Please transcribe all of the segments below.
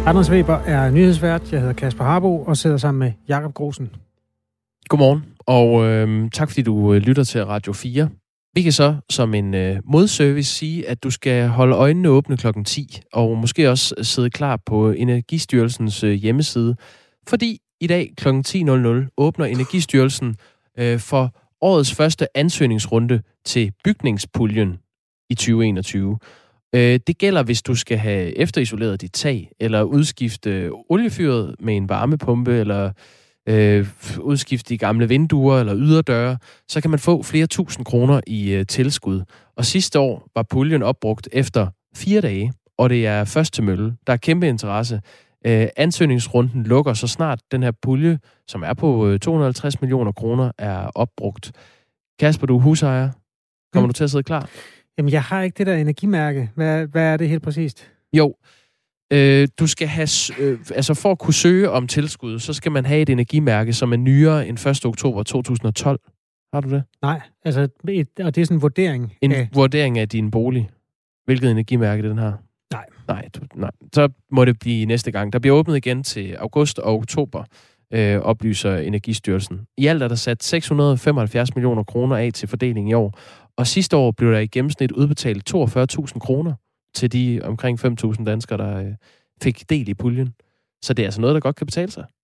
Anders Weber er nyhedsvært. Jeg hedder Kasper Harbo og sidder sammen med Jakob Grosen. Godmorgen, og tak fordi du lytter til Radio 4. Vi kan så som en modservice sige, at du skal holde øjnene åbne klokken 10, og måske også sidde klar på Energistyrelsens hjemmeside, fordi i dag kl. 10.00 åbner Energistyrelsen for årets første ansøgningsrunde til bygningspuljen i 2021. Det gælder, hvis du skal have efterisoleret dit tag, eller udskifte oliefyret med en varmepumpe, eller udskifte de gamle vinduer eller yderdøre, så kan man få flere tusind kroner i tilskud. Og sidste år var puljen opbrugt efter 4 dage, og det er først til mølle. Der er kæmpe interesse. Ansøgningsrunden lukker så snart den her pulje, som er på 250 millioner kroner, er opbrugt. Kasper, du er husejer. Kommer du til at sidde klar? Jamen, jeg har ikke det der energimærke. Hvad er det helt præcist? Jo, du skal have, altså for at kunne søge om tilskud, så skal man have et energimærke, som er nyere end 1. oktober 2012. Har du det? Nej, altså, og det er sådan en vurdering. En vurdering af din bolig. Hvilket energimærke den har? Nej. Så må det blive næste gang. Der bliver åbnet igen til august og oktober, oplyser Energistyrelsen. I alt er der sat 675 millioner kroner af til fordeling i år. Og sidste år blev der i gennemsnit udbetalt 42.000 kroner til de omkring 5.000 danskere, der fik del i puljen. Så det er altså noget, der godt kan betale sig.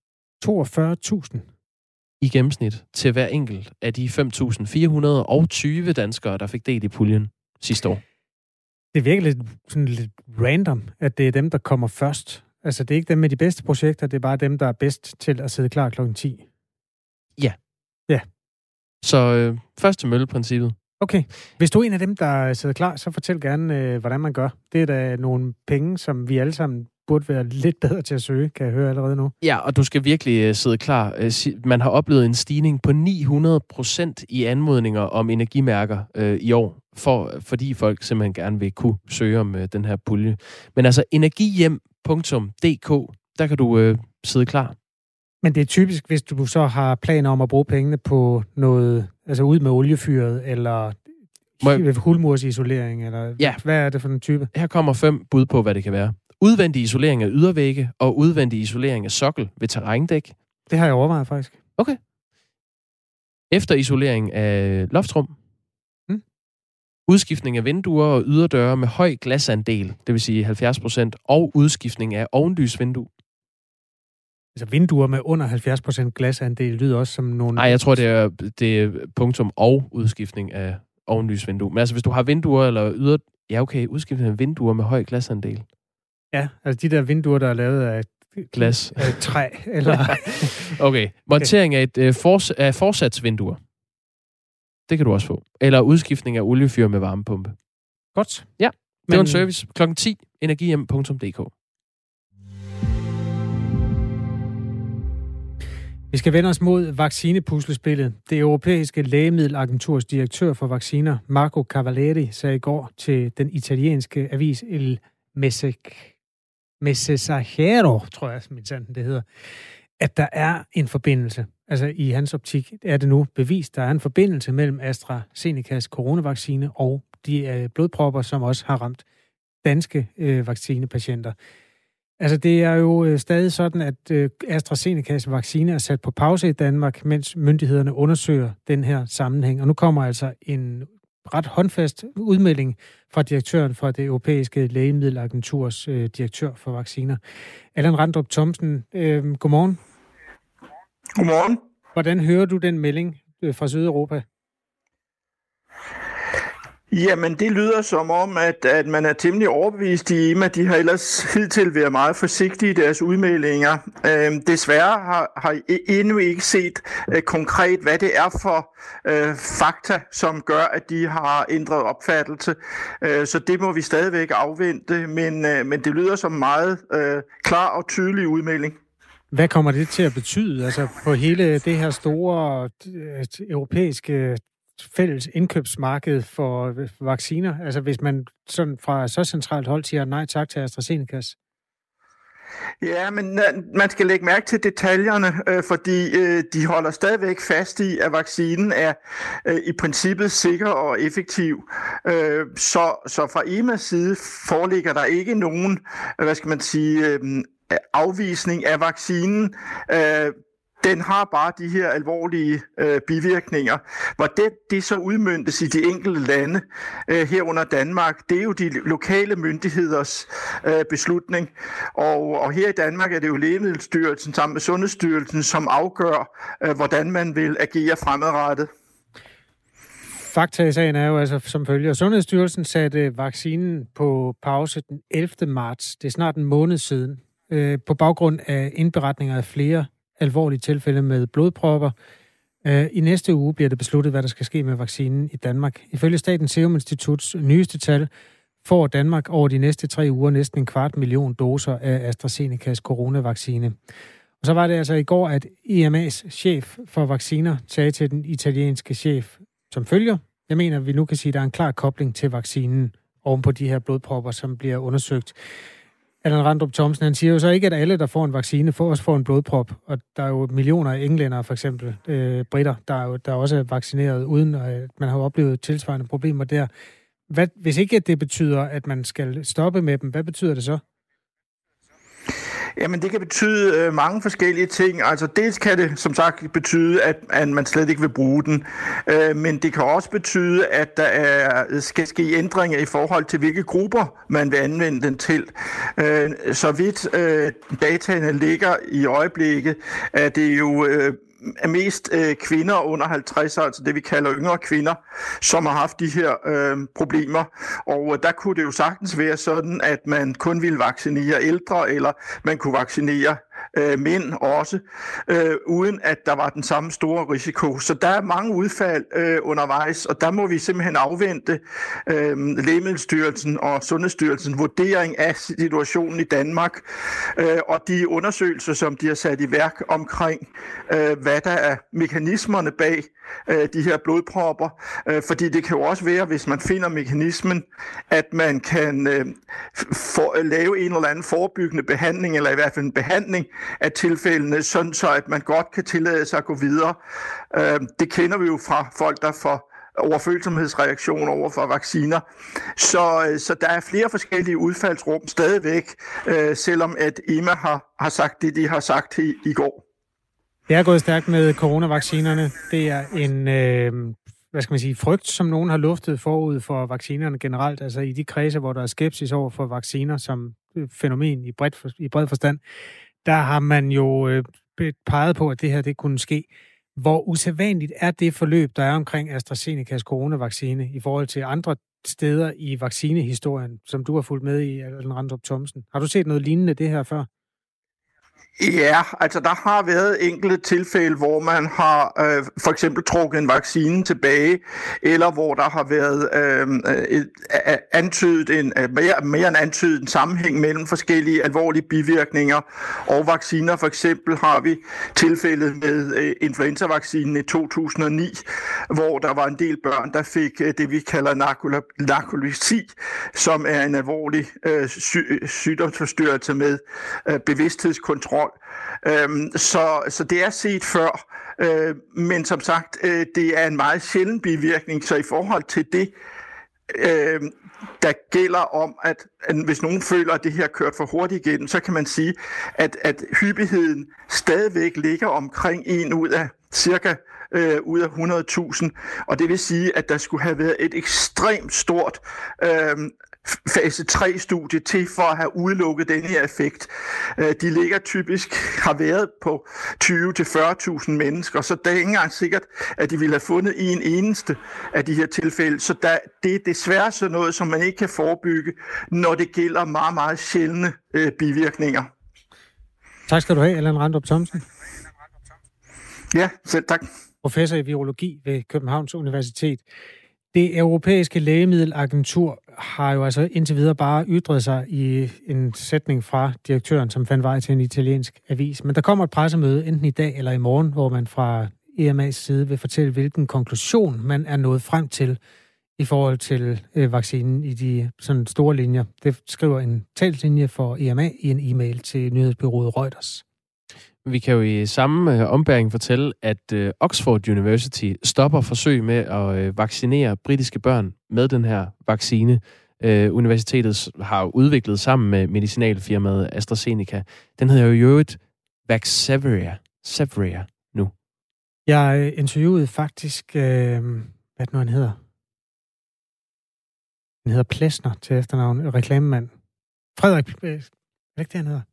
42.000? I gennemsnit til hver enkelt af de 5.420 danskere, der fik del i puljen sidste år. Det virker lidt random, at det er dem, der kommer først. Altså, det er ikke dem med de bedste projekter, det er bare dem, der er bedst til at sidde klar klokken 10. Ja. Ja. Så først til mølle-princippet. Okay. Hvis du er en af dem, der sidder klar, så fortæl gerne, hvordan man gør. Det er da nogle penge, som vi alle sammen burde være lidt bedre til at søge, kan jeg høre allerede nu. Ja, og du skal virkelig sidde klar. Man har oplevet en stigning på 900% i anmodninger om energimærker i år, fordi folk simpelthen gerne vil kunne søge om den her pulje. Men altså energihjem.dk, der kan du sidde klar. Men det er typisk, hvis du så har planer om at bruge pengene på noget, altså ud med oliefyret, eller hulmursisolering, eller ja. Hvad er det for en type? Her kommer 5 bud på, hvad det kan være. Udvendig isolering af ydervægge og udvendig isolering af sokkel ved terrændæk. Det har jeg overvejet faktisk. Okay. Efterisolering af loftrum. Udskiftning af vinduer og yderdøre med høj glasandel, det vil sige 70%, og udskiftning af ovenlysvindue. Altså vinduer med under 70% glasandel lyder også som nogle... Nej, jeg tror, det er punktum og udskiftning af ovenlysvindue. Men altså, hvis du har vinduer eller ja, okay, udskiftning af vinduer med høj glasandel. Ja, altså de der vinduer, der er lavet af glas. Af træ, eller... Okay. Montering af af forsatsvinduer. Det kan du også få. Eller udskiftning af oliefyr med varmepumpe. Godt. Ja, det var en service. Klokken 10, energihjem.dk. Vi skal vende os mod vaccinepuslespillet. Det europæiske lægemiddelagenturs direktør for vacciner, Marco Cavalleri, sagde i går til den italienske avis Il Messaggero, tror jeg, det hedder, at der er en forbindelse. Altså i hans optik er det nu bevist, der er en forbindelse mellem AstraZenecas coronavaccine og de blodpropper, som også har ramt danske vaccinepatienter. Altså det er jo stadig sådan, at AstraZenecas vaccine er sat på pause i Danmark, mens myndighederne undersøger den her sammenhæng. Og nu kommer altså en ret håndfast udmelding fra direktøren fra det europæiske lægemiddelagenturs direktør for vacciner. Allan Randrup Thomsen, godmorgen. Godmorgen. Hvordan hører du den melding fra Sydeuropa? Jamen, det lyder som om, at man er temmelig overbevist i EMA. De har ellers hidtil været meget forsigtige i deres udmeldinger. Desværre har I endnu ikke set konkret, hvad det er for fakta, som gør, at de har ændret opfattelse. Så det må vi stadigvæk afvente, men det lyder som meget klar og tydelig udmelding. Hvad kommer det til at betyde, altså på hele det her store europæiske fælles indkøbsmarked for vacciner? Altså hvis man sådan fra så centralt hold siger nej tak til AstraZenecas? Ja, men man skal lægge mærke til detaljerne, fordi de holder stadigvæk fast i, at vaccinen er i princippet sikker og effektiv. Så fra EMA's side foreligger der ikke nogen, afvisning af vaccinen, den har bare de her alvorlige bivirkninger. Hvordan det så udmøntes i de enkelte lande herunder Danmark, det er jo de lokale myndigheders beslutning. Og her i Danmark er det jo Lægemiddelstyrelsen sammen med Sundhedsstyrelsen, som afgør, hvordan man vil agere fremadrettet. Fakta i sagen er jo altså som følger. Sundhedsstyrelsen satte vaccinen på pause den 11. marts. Det er snart en måned siden. På baggrund af indberetninger af flere alvorlige tilfælde med blodpropper. I næste uge bliver det besluttet, hvad der skal ske med vaccinen i Danmark. Ifølge Statens Serum Instituts nyeste tal får Danmark over de næste 3 uger næsten 250.000 doser af AstraZenecas coronavaccine. Og så var det altså i går, at EMA's chef for vacciner sagde til den italienske chef som følger: jeg mener, at vi nu kan sige, at der er en klar kobling til vaccinen oven på de her blodpropper, som bliver undersøgt. Allan Randrup Thomsen, han siger jo så ikke, at alle, der får en vaccine, også får en blodprop. Og der er jo millioner af englændere, for eksempel britter, der også er vaccineret, uden at man har oplevet tilsvarende problemer der. Hvis ikke det betyder, at man skal stoppe med dem, hvad betyder det så? Jamen, det kan betyde mange forskellige ting. Altså, dels kan det, som sagt, betyde, at man slet ikke vil bruge den. Men det kan også betyde, at der skal ske ændringer i forhold til, hvilke grupper man vil anvende den til. Så vidt dataene ligger i øjeblikket, er det jo er mest kvinder under 50, altså det vi kalder yngre kvinder, som har haft de her problemer. Og der kunne det jo sagtens være sådan, at man kun ville vaccinere ældre, eller man kunne vaccinere mænd også, uden at der var den samme store risiko. Så der er mange udfald undervejs, og der må vi simpelthen afvente Lægemiddelstyrelsen og Sundhedsstyrelsens vurdering af situationen i Danmark, og de undersøgelser, som de har sat i værk omkring, hvad der er mekanismerne bag de her blodpropper, fordi det kan jo også være, hvis man finder mekanismen, at man kan lave en eller anden forebyggende behandling, eller i hvert fald en behandling af tilfældene, sådan så at man godt kan tillade sig at gå videre. Det kender vi jo fra folk, der får overfølsomhedsreaktioner over for vacciner. Så der er flere forskellige udfaldsrum stadigvæk, selvom at EMA har sagt det, de har sagt i går. Det er gået stærkt med coronavaccinerne. Det er en frygt, som nogen har luftet forud for vaccinerne generelt, altså i de kredse, hvor der er skepsis over for vacciner som fænomen i bred forstand. Der har man jo peget på, at det her det kunne ske. Hvor usædvanligt er det forløb, der er omkring AstraZenecas coronavaccine i forhold til andre steder i vaccinehistorien, som du har fulgt med i, Allan Randrup Thomsen? Har du set noget lignende det her før? Ja, altså der har været enkelte tilfælde, hvor man har for eksempel trukket en vaccine tilbage, eller hvor der har været mere end antydet en sammenhæng mellem forskellige alvorlige bivirkninger og vacciner. For eksempel har vi tilfældet med influenzavaccinen i 2009, hvor der var en del børn, der fik det, vi kalder narkolepsi, som er en alvorlig sygdomsforstyrrelse med bevidsthedskontrol. Så det er set før, men som sagt, det er en meget sjælden bivirkning, så i forhold til det, der gælder om, at hvis nogen føler, at det her kørt for hurtigt igennem, så kan man sige, at hyppigheden stadigvæk ligger omkring 1 ud af cirka ud af 100.000, og det vil sige, at der skulle have været et ekstremt stort fase 3-studie til for at have udelukket den her effekt. De ligger typisk, har været på 20-40.000 mennesker, så det er ikke engang sikkert, at de ville have fundet en eneste af de her tilfælde. Så det er desværre sådan noget, som man ikke kan forebygge, når det gælder meget, meget sjældne bivirkninger. Tak skal du have, Allan Randrup Thomsen. Ja, selv tak. Professor i virologi ved Københavns Universitet. Det europæiske lægemiddelagentur har jo altså indtil videre bare ytret sig i en sætning fra direktøren, som fandt vej til en italiensk avis. Men der kommer et pressemøde enten i dag eller i morgen, hvor man fra EMA's side vil fortælle, hvilken konklusion man er nået frem til i forhold til vaccinen i de sådan store linjer. Det skriver en talslinje for EMA i en e-mail til nyhedsbureauet Reuters. Vi kan jo i samme ombæring fortælle, at Oxford University stopper forsøg med at vaccinere britiske børn med den her vaccine. Universitetet har udviklet sammen med medicinalfirmaet AstraZeneca. Den hedder jo i øvrigt Vaxzevria nu. Jeg interviewede faktisk, hvad det nu han hedder? Han hedder Plesner til efternavn, reklamemand. Frederik, er det ikke det, han hedder?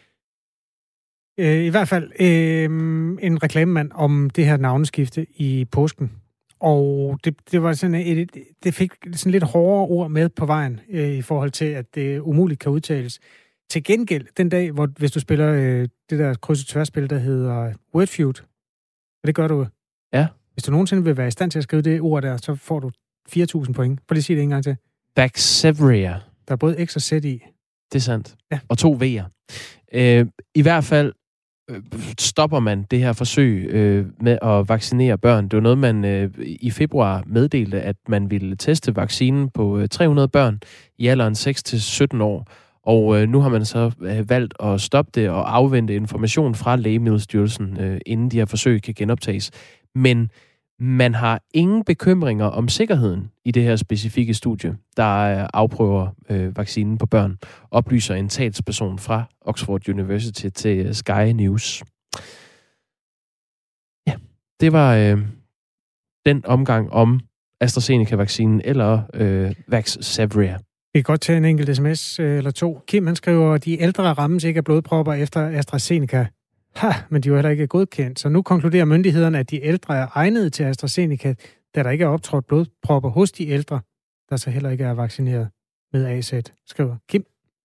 I hvert fald en reklamemand om det her navneskifte i påsken. Og det var sådan det fik sådan lidt hårdere ord med på vejen i forhold til, at det umuligt kan udtales. Til gengæld, den dag, hvor hvis du spiller det der kryds- og tværspil, der hedder Wordfeud, og det gør du. Ja. Hvis du nogensinde vil være i stand til at skrive det ord der, så får du 4.000 point. Prøv lige at sige det en gang til. Vaxzevria. Der er både X og Z i. Det er sandt. Ja. Og 2 V'er. I hvert fald stopper man det her forsøg med at vaccinere børn. Det var noget, man i februar meddelte, at man ville teste vaccinen på 300 børn i alderen 6-17 år. Og nu har man så valgt at stoppe det og afvente information fra Lægemiddelstyrelsen, inden de her forsøg kan genoptages. Men man har ingen bekymringer om sikkerheden i det her specifikke studie, der afprøver vaccinen på børn, oplyser en talsperson fra Oxford University til Sky News. Ja, det var den omgang om AstraZeneca-vaccinen eller Vaxzevria. Vi kan godt tage en enkelt sms eller to. Kim, han skriver, at de ældre rammes ikke af blodpropper efter AstraZeneca. Men de er jo heller ikke godkendt. Så nu konkluderer myndighederne, at de ældre er egnede til AstraZeneca, da der ikke er optrådt blodpropper hos de ældre, der så heller ikke er vaccineret med AZ, skriver Kim.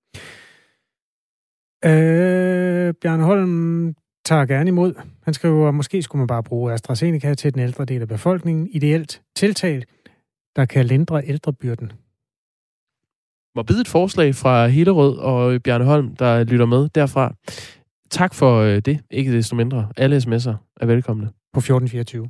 Bjarne Holm tager gerne imod. Han skriver, at måske skulle man bare bruge AstraZeneca til den ældre del af befolkningen. Ideelt tiltag, der kan lindre ældrebyrden. Morbidt forslag fra Hillerød og Bjarne Holm, der lytter med derfra. Tak for det, ikke desto mindre. Alle sms'er er velkomne. På 1424.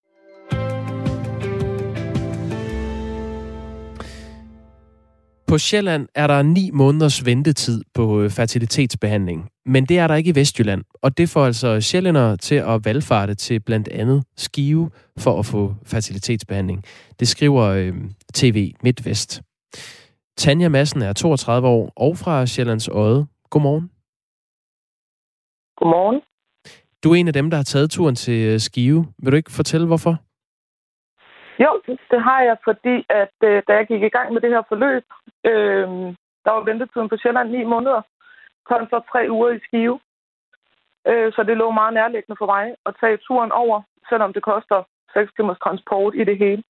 På Sjælland er der 9 måneders ventetid på fertilitetsbehandling. Men det er der ikke i Vestjylland. Og det får altså sjællændere til at valfarte til blandt andet Skive for at få fertilitetsbehandling. Det skriver TV MidtVest. Tanja Madsen er 32 år og fra Sjællands Odde. Godmorgen. Godmorgen. Du er en af dem, der har taget turen til Skive. Vil du ikke fortælle, hvorfor? Jo, det har jeg, fordi at da jeg gik i gang med det her forløb, der var ventetiden på Sjælland 9 måneder, kontra 3 uger i Skive. Så det lå meget nærliggende for mig at tage turen over, selvom det koster 6 timers transport i det hele.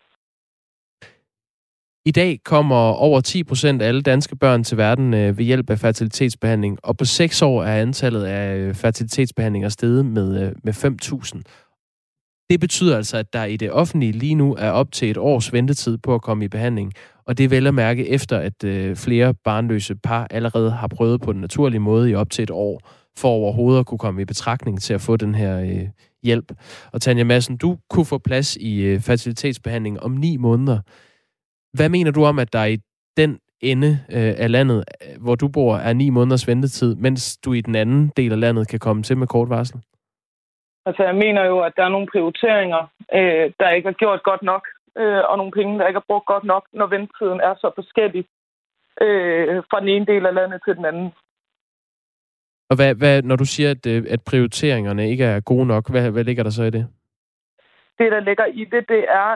I dag kommer over 10% af alle danske børn til verden ved hjælp af fertilitetsbehandling, og på 6 år er antallet af fertilitetsbehandlinger steget med 5.000. Det betyder altså, at der i det offentlige lige nu er op til 1 års ventetid på at komme i behandling, og det er vel at mærke efter, at flere barnløse par allerede har prøvet på den naturlige måde i op til 1 år, for overhovedet at kunne komme i betragtning til at få den her hjælp. Og Tanja Madsen, du kunne få plads i fertilitetsbehandling om 9 måneder. Hvad mener du om, at der i den ende af landet, hvor du bor, er 9 måneders ventetid, mens du i den anden del af landet kan komme til med kort varsel? Altså, jeg mener jo, at der er nogle prioriteringer, der ikke er gjort godt nok, og nogle penge, der ikke er brugt godt nok, når ventetiden er så forskellig fra den ene del af landet til den anden. Og hvad når du siger, at prioriteringerne ikke er gode nok, hvad ligger der så i det? Det, der ligger i det, det er,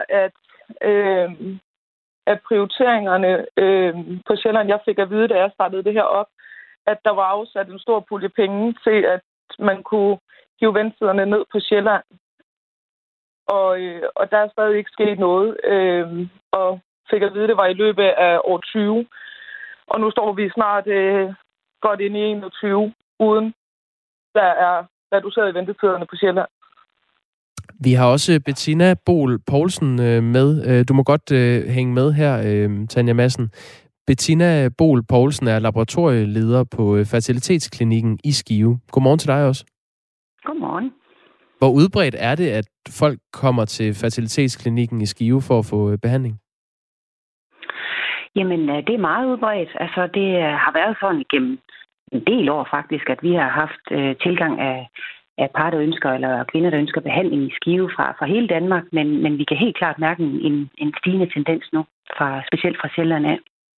at prioriteringerne på Sjælland, jeg fik at vide, da jeg startede det her op, at der var afsat en stor pulje penge til, at man kunne hive ventetiderne ned på Sjælland. Og der er stadig ikke sket noget. Og fik at vide, det var i løbet af år 20. Og nu står vi snart godt ind i 21, uden der er reduceret i ventetiderne på Sjælland. Vi har også Bettina Boel Poulsen med. Du må godt hænge med her, Tanja Madsen. Bettina Boel Poulsen er laboratorieleder på fertilitetsklinikken i Skive. Godmorgen til dig også. Godmorgen. Hvor udbredt er det, at folk kommer til fertilitetsklinikken i Skive for at få behandling? Jamen, det er meget udbredt. Altså, det har været sådan igennem en del år faktisk, at vi har haft tilgang af par, der ønsker, eller kvinder, der ønsker behandling i Skive fra hele Danmark, men vi kan helt klart mærke en stigende tendens nu, specielt fra Sjælland af.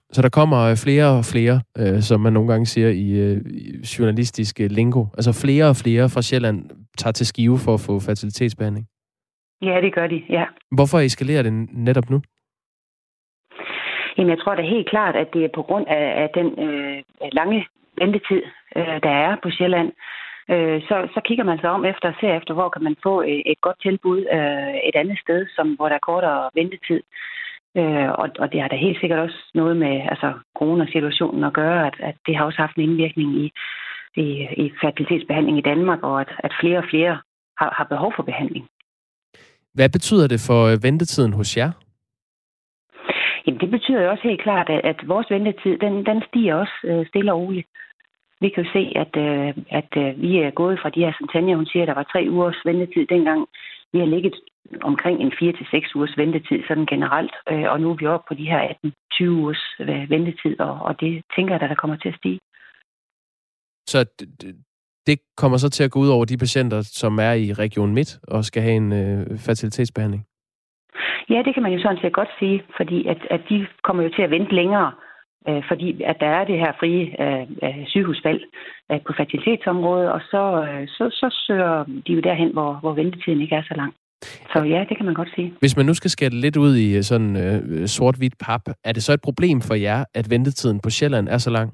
Så der kommer flere og flere, som man nogle gange siger i journalistisk lingo. Altså flere og flere fra Sjælland tager til Skive for at få fertilitetsbehandling. Ja, det gør de, ja. Hvorfor eskalerer det netop nu? Jamen, jeg tror da helt klart, at det er på grund af den lange ventetid, der er på Sjælland. Så kigger man sig om efter og ser efter, hvor kan man få et godt tilbud et andet sted, hvor der er kortere ventetid. Og det har da helt sikkert også noget med coronasituationen at gøre, at det har også haft en indvirkning i fertilitetsbehandling i Danmark, og at flere og flere har behov for behandling. Hvad betyder det for ventetiden hos jer? Jamen, det betyder jo også helt klart, at vores ventetid, den stiger også stille og roligt. Vi kan jo se, at vi er gået fra de her, som Tanja hun siger, der var 3 ugers ventetid dengang. Vi har ligget omkring en 4 til 6 ugers ventetid sådan generelt, og nu er vi oppe på de her 18-20 ugers ventetid, og det tænker jeg, der kommer til at stige. Så det kommer så til at gå ud over de patienter, som er i Region Midt og skal have en fertilitetsbehandling? Ja, det kan man jo sådan set godt sige, fordi at de kommer jo til at vente længere, fordi at der er det her frie sygehusvalg på fertilitetsområdet, og så søger de jo derhen, hvor ventetiden ikke er så lang. Så ja, det kan man godt sige. Hvis man nu skal skære lidt ud i sådan sort-hvidt pap, er det så et problem for jer, at ventetiden på Sjælland er så lang?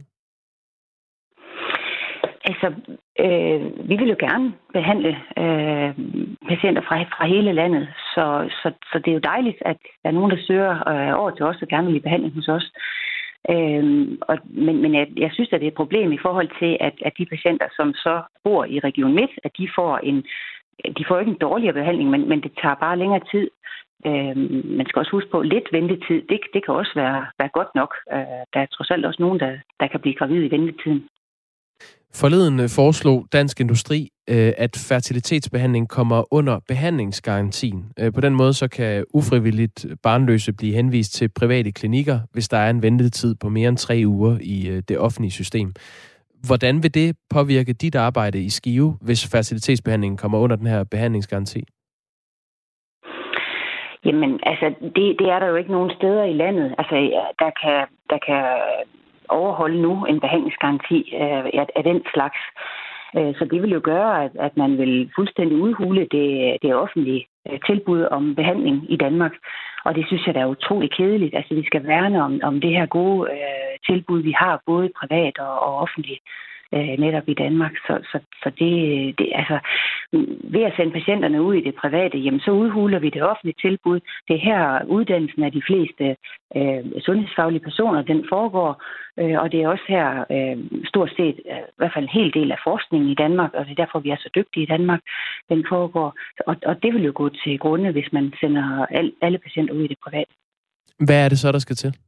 Altså, vi vil jo gerne behandle patienter fra hele landet, så det er jo dejligt, at der er nogen, der søger over til os og gerne vil i behandling hos os. Men jeg synes, at det er et problem i forhold til, at de patienter, som så bor i Region Midt, at de får ikke en dårligere behandling, men det tager bare længere tid. Man skal også huske på, lidt ventetid, det kan også være godt nok. Der er trods alt også nogen, der kan blive gravid i ventetiden. Forleden foreslog Dansk Industri, at fertilitetsbehandling kommer under behandlingsgarantien. På den måde så kan ufrivilligt barnløse blive henvist til private klinikker, hvis der er en ventetid på mere end 3 uger i det offentlige system. Hvordan vil det påvirke dit arbejde i Skive, hvis fertilitetsbehandlingen kommer under den her behandlingsgaranti? Jamen, altså, det er der jo ikke nogen steder i landet. Altså, der kan overholde nu en behandlingsgaranti af den slags. Så det vil jo gøre, at man vil fuldstændig udhule det offentlige tilbud om behandling i Danmark. Og det synes jeg, der er utrolig kedeligt. Altså, vi skal værne om det her gode tilbud, vi har, både privat og offentligt netop i Danmark. Så det altså, ved at sende patienterne ud i det private, jamen, så udhuler vi det offentlige tilbud. Det er her uddannelsen af de fleste sundhedsfaglige personer, den foregår. Og det er også her stort set, i hvert fald en hel del af forskningen i Danmark, og det er derfor, vi er så dygtige i Danmark, den foregår. Og det vil jo gå til grunde, hvis man sender alle patienter ud i det private. Hvad er det så, der skal til?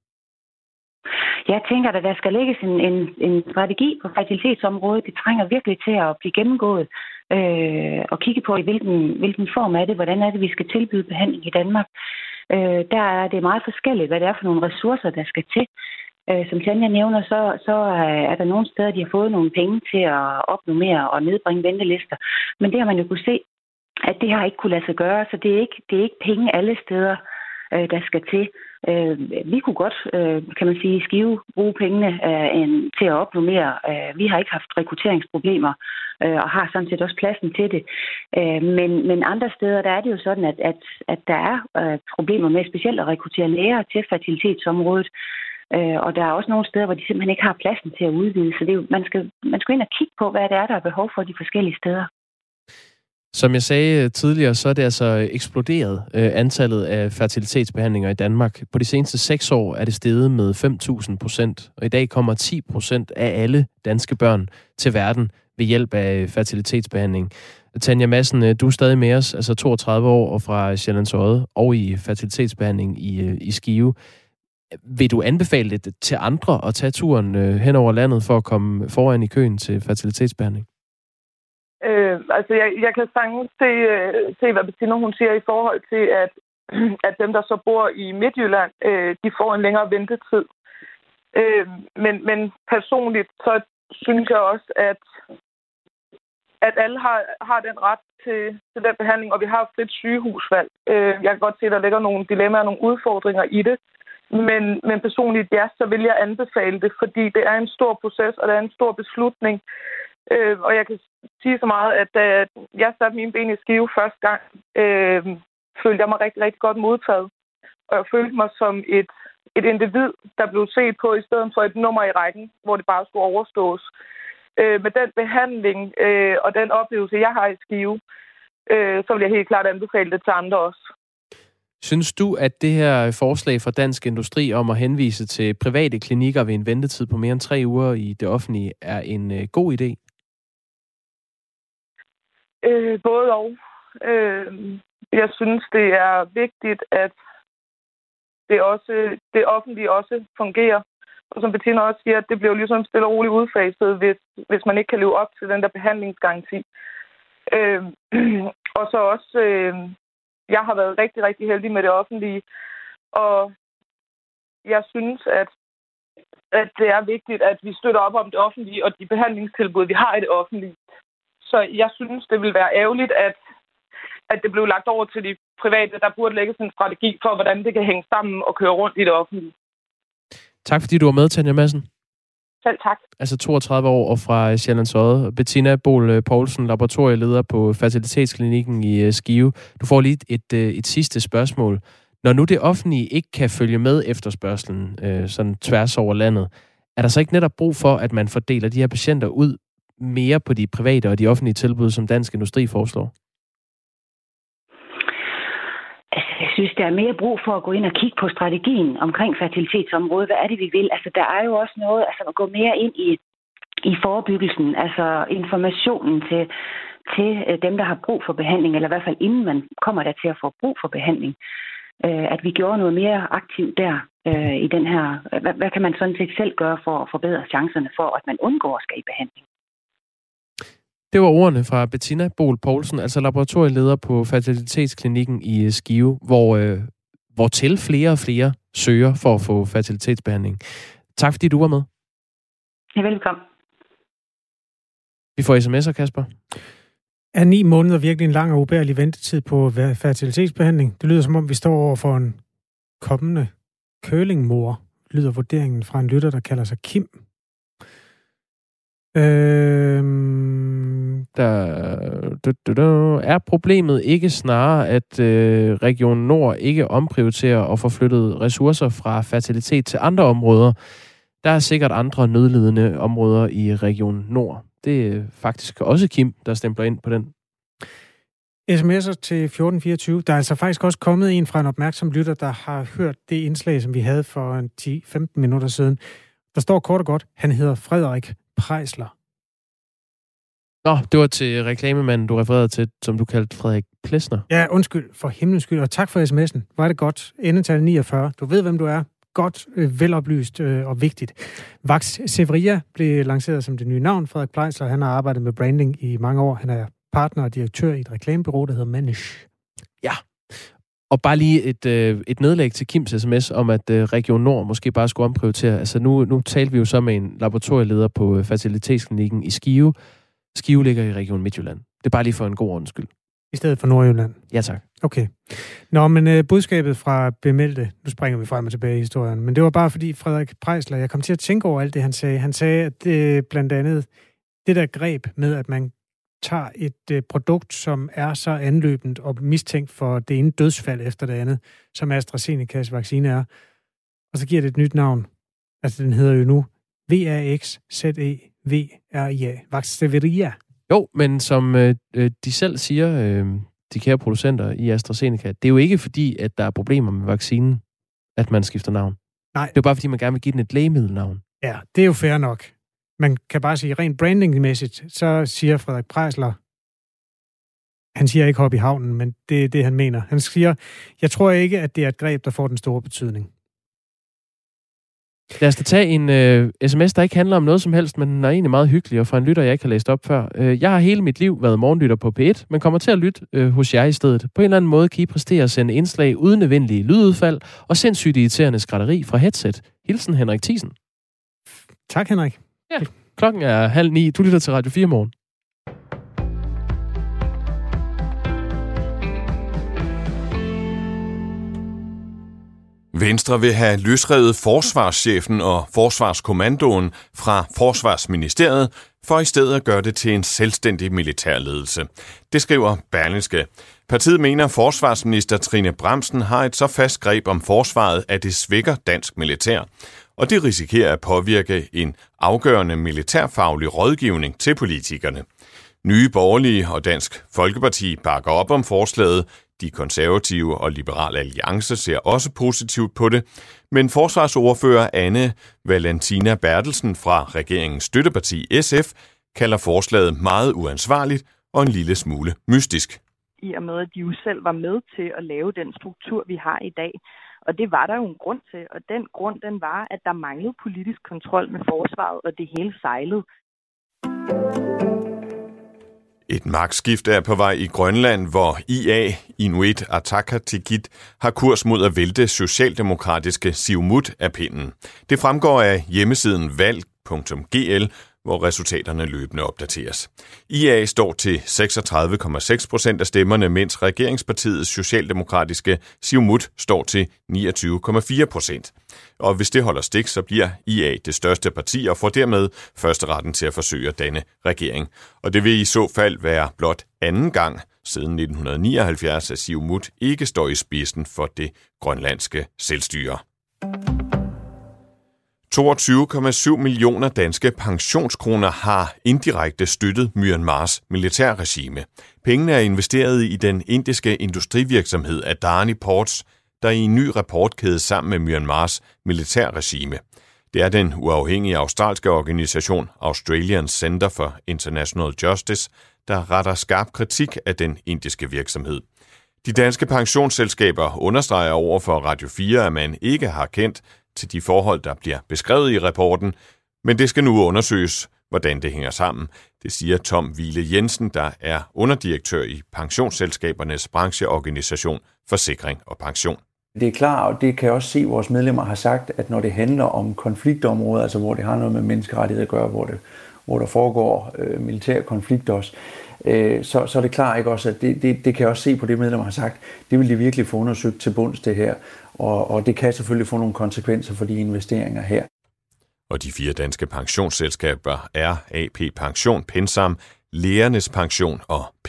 Jeg tænker, at der skal lægges en strategi på fertilitetsområdet. Det trænger virkelig til at blive gennemgået og kigge på, i hvilken form er det, hvordan er det, vi skal tilbyde behandling i Danmark. Der er det meget forskelligt, hvad det er for nogle ressourcer, der skal til. Som Tanja nævner, så er der nogle steder, de har fået nogle penge til at opnå mere og nedbringe ventelister. Men det har man jo kunne se, at det har ikke kunne lade sig gøre, så det er ikke penge alle steder, der skal til. Vi kunne godt, kan man sige, Skive bruge pengene til at opnå mere. Vi har ikke haft rekrutteringsproblemer og har sådan set også pladsen til det. Men andre steder, der er det jo sådan, at der er problemer med specielt at rekruttere læger til fertilitetsområdet. Og der er også nogle steder, hvor de simpelthen ikke har pladsen til at udvide. Så det er jo, man skal ind og kigge på, hvad det er, der er behov for de forskellige steder. Som jeg sagde tidligere, så er det altså eksploderet antallet af fertilitetsbehandlinger i Danmark. På de seneste 6 år er det steget med 5.000%, og i dag kommer 10% af alle danske børn til verden ved hjælp af fertilitetsbehandling. Tanja Madsen, du er stadig med os, altså 32 år og fra Sjællands Odde og i fertilitetsbehandling i Skive. Vil du anbefale det til andre at tage turen hen over landet for at komme foran i køen til fertilitetsbehandling? Altså, jeg kan sagtens se, hvad Bettina hun siger i forhold til, at dem, der så bor i Midtjylland, de får en længere ventetid. Men personligt, så synes jeg også, at alle har den ret til den behandling, og vi har frit sygehusvalg. Jeg kan godt se, at der ligger nogle dilemmaer og nogle udfordringer i det. Men personligt, ja, så vil jeg anbefale det, fordi det er en stor proces, og det er en stor beslutning. Og jeg kan sige så meget, at da jeg satte mine ben i Skive første gang, følte jeg mig rigtig, rigtig godt modtaget. Og jeg følte mig som et individ, der blev set på i stedet for et nummer i rækken, hvor det bare skulle overstås. Med den behandling og den oplevelse, jeg har i Skive, så vil jeg helt klart anbefale det til andre også. Synes du, at det her forslag fra Dansk Industri om at henvise til private klinikker ved en ventetid på mere end 3 uger i det offentlige er en god idé? Både og. Jeg synes, det er vigtigt, at det offentlige også fungerer. Og som Bettina også siger, at det bliver jo ligesom stille og roligt udfaset, hvis man ikke kan leve op til den der behandlingsgaranti. Og så også, jeg har været rigtig, rigtig heldig med det offentlige. Og jeg synes, at det er vigtigt, at vi støtter op om det offentlige og de behandlingstilbud, vi har i det offentlige. Så jeg synes, det vil være ærgerligt, at det blev lagt over til de private. Der burde lægges en strategi for, hvordan det kan hænge sammen og køre rundt i det offentlige. Tak fordi du var med, Tanja Madsen. Selv tak. Altså 32 år og fra Sjællands Odde. Bettina Boel Poulsen, laboratorieleder på Fertilitetsklinikken i Skive. Du får lige et sidste spørgsmål. Når nu det offentlige ikke kan følge med efterspørgselen sådan tværs over landet, er der så ikke netop brug for, at man fordeler de her patienter ud mere på de private og de offentlige tilbud, som Dansk Industri foreslår? Altså, jeg synes, der er mere brug for at gå ind og kigge på strategien omkring fertilitetsområdet. Hvad er det, vi vil? Altså, der er jo også noget, altså at gå mere ind i forebyggelsen, altså informationen til dem, der har brug for behandling, eller i hvert fald inden man kommer der til at få brug for behandling. At vi gjorde noget mere aktivt der i den her. Hvad kan man sådan set selv gøre for at forbedre chancerne for, at man undgår at skal i behandling? Det var ordene fra Bettina Boel Poulsen, altså laboratorieleder på Fertilitetsklinikken i Skive, hvor til flere og flere søger for at få fertilitetsbehandling. Tak fordi du var med. Ja, velkommen. Vi får sms'er, Kasper. Er 9 måneder virkelig en lang og ubærlig ventetid på fertilitetsbehandling? Det lyder som om, vi står over for en kommende curlingmor, lyder vurderingen fra en lytter, der kalder sig Kim. Er problemet ikke snarere, at Region Nord ikke omprioriterer og får flyttet ressourcer fra fertilitet til andre områder? Der er sikkert andre nødlidende områder i Region Nord. Det er faktisk også Kim, der stempler ind på den. SMS'er til 1424. Der er altså faktisk også kommet en fra en opmærksom lytter, der har hørt det indslag, som vi havde for 10-15 minutter siden. Der står kort og godt, han hedder Frederik Preisler. Nå, det var til reklamemanden, du refererede til, som du kaldte Frederik Plesner. Ja, undskyld, for himlens skyld, og tak for sms'en. Var det godt. Endetal 49. Du ved, hvem du er. Godt, veloplyst og vigtigt. Vax Severia blev lanceret som det nye navn. Frederik Preisler, han har arbejdet med branding i mange år. Han er partner og direktør i et reklamebureau, der hedder Manish. Ja, og bare lige et nedlæg til Kims sms om, at Region Nord måske bare skulle omprioritere. Altså nu talte vi jo så med en laboratorieleder på Fertilitetsklinikken i Skive. Skive ligger i Region Midtjylland. Det er bare lige for en god ordens skyld. I stedet for Nordjylland? Ja, tak. Okay. Nå, men budskabet fra bemeldte, nu springer vi frem og tilbage i historien, men det var bare fordi Frederik Preisler, jeg kom til at tænke over alt det, han sagde. Han sagde, at blandt andet det der greb med, at man tager et produkt, som er så anløbent og mistænkt for det ene dødsfald efter det andet, som AstraZenecas vaccine er, og så giver det et nyt navn. Altså, den hedder jo nu VAXZEVRIA. Vaxzevria. Jo, men som de selv siger, de kære producenter i AstraZeneca, det er jo ikke fordi, at der er problemer med vaccinen, at man skifter navn. Nej. Det er jo bare fordi, man gerne vil give den et lægemiddelnavn. Ja, det er jo fair nok. Man kan bare sige, rent brandingmæssigt, så siger Frederik Preisler, han siger ikke hop i havnen, men det er det, han mener. Han siger, jeg tror ikke, at det er et greb, der får den store betydning. Lad os da tage en sms, der ikke handler om noget som helst, men den er egentlig meget hyggelig, og fra en lytter, jeg ikke har læst op før. Jeg har hele mit liv været morgenlytter på P1, men kommer til at lytte hos jer i stedet. På en eller anden måde kan I præstere at sende indslag uden nødvendige lydudfald og sindssygt irriterende skratteri fra headset. Hilsen Henrik Thiesen. Tak, Henrik. Ja, klokken er 8:30. Du lytter til Radio 4 morgen. Venstre vil have løsrevet forsvarschefen og forsvarskommandoen fra Forsvarsministeriet, for i stedet at gøre det til en selvstændig militærledelse. Det skriver Berlingske. Partiet mener, at forsvarsminister Trine Bramsen har et så fast greb om forsvaret, at det svækker dansk militær. Og det risikerer at påvirke en afgørende militærfaglig rådgivning til politikerne. Nye Borgerlige og Dansk Folkeparti bakker op om forslaget. De konservative og Liberal Alliance ser også positivt på det, men forsvarsordfører Anne Valentina Bertelsen fra regeringens støtteparti SF kalder forslaget meget uansvarligt og en lille smule mystisk. I og med, at de jo selv var med til at lave den struktur, vi har i dag. Og det var der jo en grund til, og den grund den var, at der manglede politisk kontrol med forsvaret, og det hele sejlede. Et magtskifte er på vej i Grønland, hvor IA, Inuit Ataqatigiit, har kurs mod at vælte socialdemokratiske Siumut af pinden. Det fremgår af hjemmesiden valg.gl, hvor resultaterne løbende opdateres. IA står til 36,6% af stemmerne, mens regeringspartiets socialdemokratiske Siumut står til 29,4%. Og hvis det holder stik, så bliver IA det største parti og får dermed førsteretten til at forsøge at danne regering. Og det vil i så fald være blot anden gang siden 1979, at Siumut ikke står i spidsen for det grønlandske selvstyre. 22,7 millioner danske pensionskroner har indirekte støttet Myanmars militærregime. Pengene er investeret i den indiske industrivirksomhed Adani Ports, der i en ny rapport kædes sammen med Myanmars militærregime. Det er den uafhængige australske organisation Australian Centre for International Justice, der retter skarp kritik af den indiske virksomhed. De danske pensionsselskaber understreger over for Radio 4, at man ikke har kendt til de forhold, der bliver beskrevet i rapporten, men det skal nu undersøges, hvordan det hænger sammen. Det siger Tom Wiele Jensen, der er underdirektør i pensionsselskabernes brancheorganisation Forsikring og Pension. Det er klart, og det kan jeg også se, at vores medlemmer har sagt, at når det handler om konfliktområder, altså hvor det har noget med menneskerettigheder at gøre, hvor der foregår militære konflikter også, så er det klart ikke også, at det kan jeg også se på det, medlemmer har sagt, det vil de virkelig få undersøgt til bunds det her, og det kan selvfølgelig få nogle konsekvenser for de investeringer her. Og de 4 danske pensionsselskaber er AP Pension, Pensam, Lægernes Pension og P+.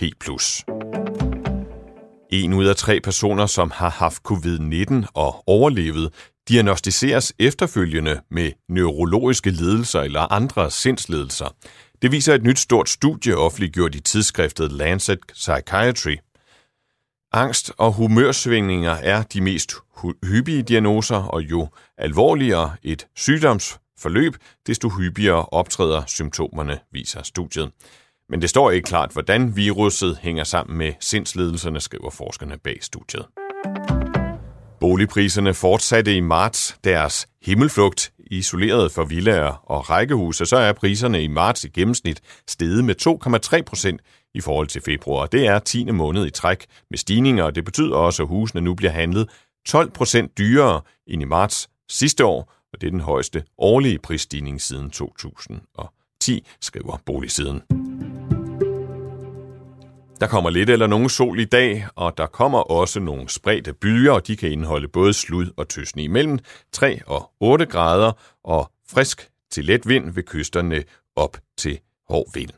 1 ud af 3 personer, som har haft covid-19 og overlevet, diagnosticeres efterfølgende med neurologiske lidelser eller andre sindslidelser. Det viser et nyt stort studie offentliggjort i tidsskriftet Lancet Psychiatry. Angst og humørsvingninger er de mest hyppige diagnoser, og jo alvorligere et sygdomsforløb, desto hyppigere optræder symptomerne, viser studiet. Men det står ikke klart, hvordan viruset hænger sammen med sindsledelserne, skriver forskerne bag studiet. Boligpriserne fortsatte i marts deres himmelflugt. Isoleret for villaer og rækkehuse, så er priserne i marts i gennemsnit steget med 2,3% i forhold til februar. Det er 10. måned i træk med stigninger, og det betyder også, at husene nu bliver handlet 12% dyrere end i marts sidste år, og det er den højeste årlige prisstigning siden 2010, skriver Boligsiden. Der kommer lidt eller nogen sol i dag, og der kommer også nogle spredte byer, og de kan indeholde både slud og tøsne imellem 3 og 8 grader, og frisk til let vind ved kysterne op til hård vind.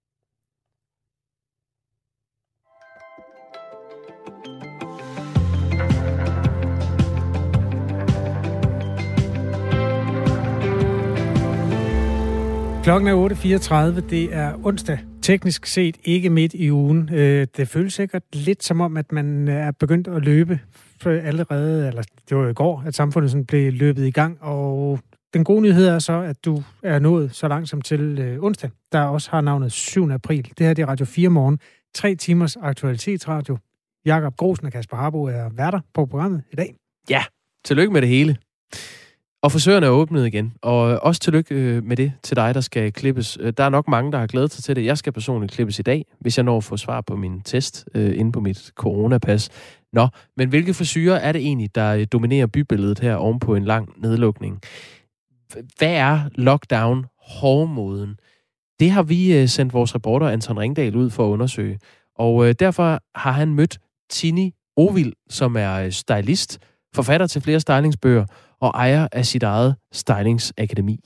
Klokken er 8.34. Det er onsdag. Teknisk set ikke midt i ugen. Det føles sikkert lidt som om, at man er begyndt at løbe allerede, eller det var i går, at samfundet sådan blev løbet i gang. Og den gode nyhed er så, at du er nået så langsomt til onsdag, der også har navnet 7. april. Det her det er Radio 4 morgen. 3 timers aktualitetsradio. Jakob Grosen og Kasper Harbo er værter på programmet i dag. Ja, tillykke med det hele. Og frisøren er åbnet igen, og også tillykke med det til dig, der skal klippes. Der er nok mange, der har glædet sig til det. Jeg skal personligt klippes i dag, hvis jeg når at få svar på min test inde på mit coronapas. Nå, men hvilke frisyrer er det egentlig, der dominerer bybilledet her oven på en lang nedlukning? Hvad er lockdown-hårdmoden? Det har vi sendt vores reporter Anton Ringdal ud for at undersøge. Og derfor har han mødt Tini Ovild, som er stylist, forfatter til flere stylingsbøger og ejer af sit eget stylingsakademi.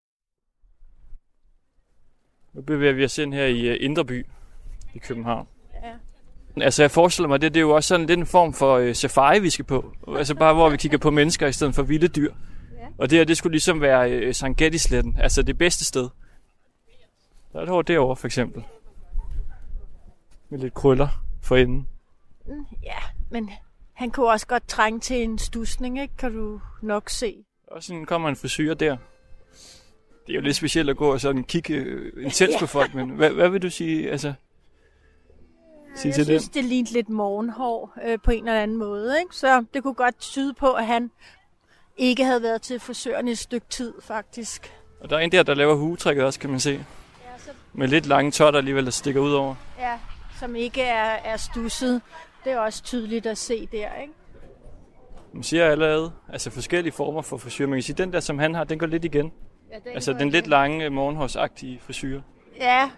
Nu bevæger vi os ind her i Indre By i København. Ja. Altså jeg forestiller mig, det er jo også sådan lidt en form for safari, vi skal på. Altså bare hvor vi kigger på mennesker i stedet for vilde dyr. Ja. Og det her, det skulle ligesom være Sankt Gettysletten, altså det bedste sted. Der er et hår derovre for eksempel. Med lidt krøller for enden. Ja, men han kunne også godt trænge til en stusning, ikke? Kan du nok se. Og sådan kommer en frisyr der. Det er jo lidt specielt at gå og sådan kigge intens på folk, men hvad vil du sige, altså, sige til det? Jeg synes, det lignede lidt morgenhår på en eller anden måde, ikke? Så det kunne godt tyde på, at han ikke havde været til frisøren i et stykke tid, faktisk. Og der er en der laver hugetrækket også, kan man se. Ja, så... Med lidt lange totter alligevel, der stikker ud over. Ja, som ikke er stusset. Det er også tydeligt at se der, ikke? Man siger allerede, altså forskellige former for frisyr. Man kan sige, den der, som han har, den går lidt igen. Ja, altså den lidt lange, morgenhårsagtige frisyr. Ja,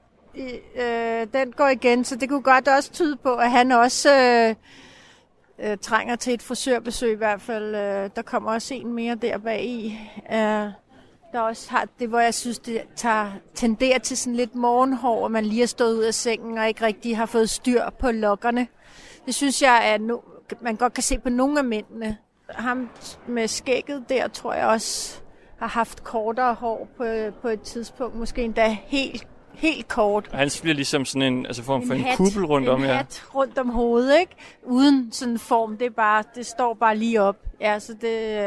den går igen, så det kunne godt også tyde på, at han også trænger til et frisørbesøg i hvert fald. Der kommer også en mere der bagi. Der også har det, hvor jeg synes, det tenderer til sådan lidt morgenhår, og man lige er stået ud af sengen og ikke rigtig har fået styr på lokkerne. Det synes jeg, man godt kan se på nogle af mændene. Ham med skægget der, tror jeg også har haft kortere hår på et tidspunkt. Måske endda helt kort. Og han bliver ligesom sådan en form for en kuppel rundt om. En hat rundt om hovedet, ikke? Uden sådan en form. Det står bare lige op. Ja, så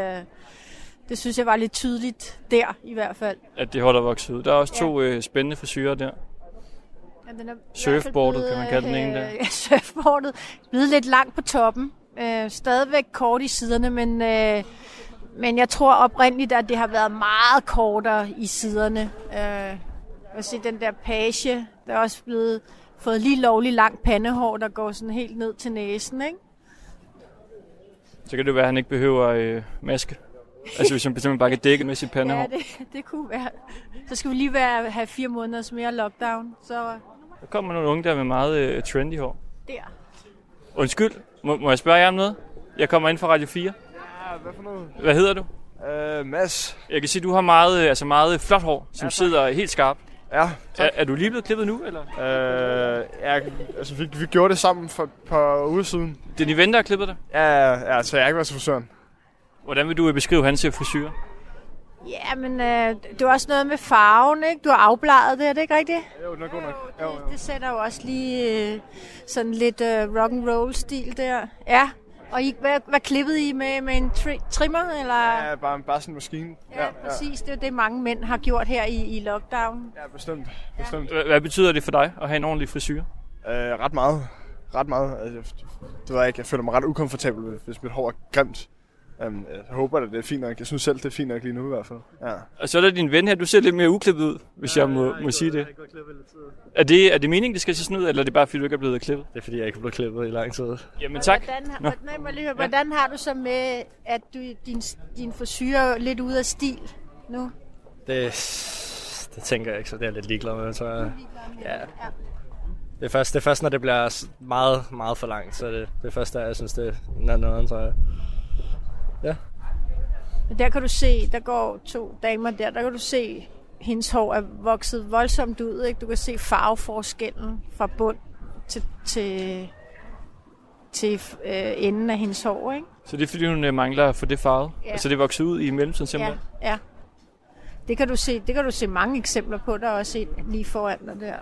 det synes jeg var lidt tydeligt der i hvert fald. At det holder vokset ud. Der er også to spændende frisyrer der. Ja, Surfboardet, kan man kalde den ene der. Ja, surfboardet. Blevet lidt langt på toppen. Stadigvæk kort i siderne, men jeg tror oprindeligt, at det har været meget kortere i siderne. Jeg se den der page, der er også blevet fået lige lovligt langt pandehår, der går sådan helt ned til næsen, ikke? Så kan det være, at han ikke behøver maske. Altså hvis han simpelthen bare kan dække med sit pandehår. Ja, det kunne være. Så skal vi lige have 4 måneders mere lockdown. Så... Der kommer nogle unge der med meget trendy hår. Der. Undskyld, må jeg spørge jer om noget? Jeg kommer ind fra Radio 4. Ja, hvad for noget? Hvad hedder du? Mads. Jeg kan sige, at du har meget flot hår, som sidder helt skarpt. Ja, er du lige blevet klippet nu, eller? Ja, altså vi gjorde det sammen for et par uger siden. Det er din ven, der har klippet dig? Ja, så jeg har ikke været til frisøren. Hvordan vil du beskrive hans frisyr? Ja, men det er også noget med farven, ikke? Du har afbladet det, er det ikke rigtigt? Jo, den er god nok. Jo. Det sætter jo også lige sådan lidt rock and roll stil der. Ja. Og hvad klippede I med en trimmer, eller? Ja, bare sådan en maskine. Ja, præcis. Det er det, mange mænd har gjort her i lockdown. Ja, bestemt. Ja. Hvad betyder det for dig at have en ordentlig frisyr? Ret meget. Altså, det ved jeg ikke. Jeg føler mig ret ukomfortabel, hvis mit hår er grimt. Jeg håber, at det er fint nok. Jeg synes selv, det er fint nok lige nu i hvert fald. Ja. Og så er der din ven her. Du ser lidt mere uklippet ud, hvis jeg må sige det. Er det meningen, det skal se sådan ud, eller er det bare, fordi du ikke er blevet klippet? Det er, fordi jeg ikke er blevet klippet i lang tid. Jamen tak. Hvordan har du så med, at din frisyr er lidt ude af stil nu? Det tænker jeg ikke, så det er lidt ligeglad med, tror jeg. Ja. Det er først, når det bliver meget, meget for langt, så det er først, der jeg synes, det er noget, tror jeg. Ja. Der kan du se, der går 2 damer der kan du se, hendes hår er vokset voldsomt ud, ikke? Du kan se farveforskellen fra bund til enden af hendes hår, ikke? Så det er fordi, hun mangler for det farve? Ja. Altså det er vokset ud i mellemtiden simpelthen? Ja. Det kan du se mange eksempler på, der er også et lige foran dig der.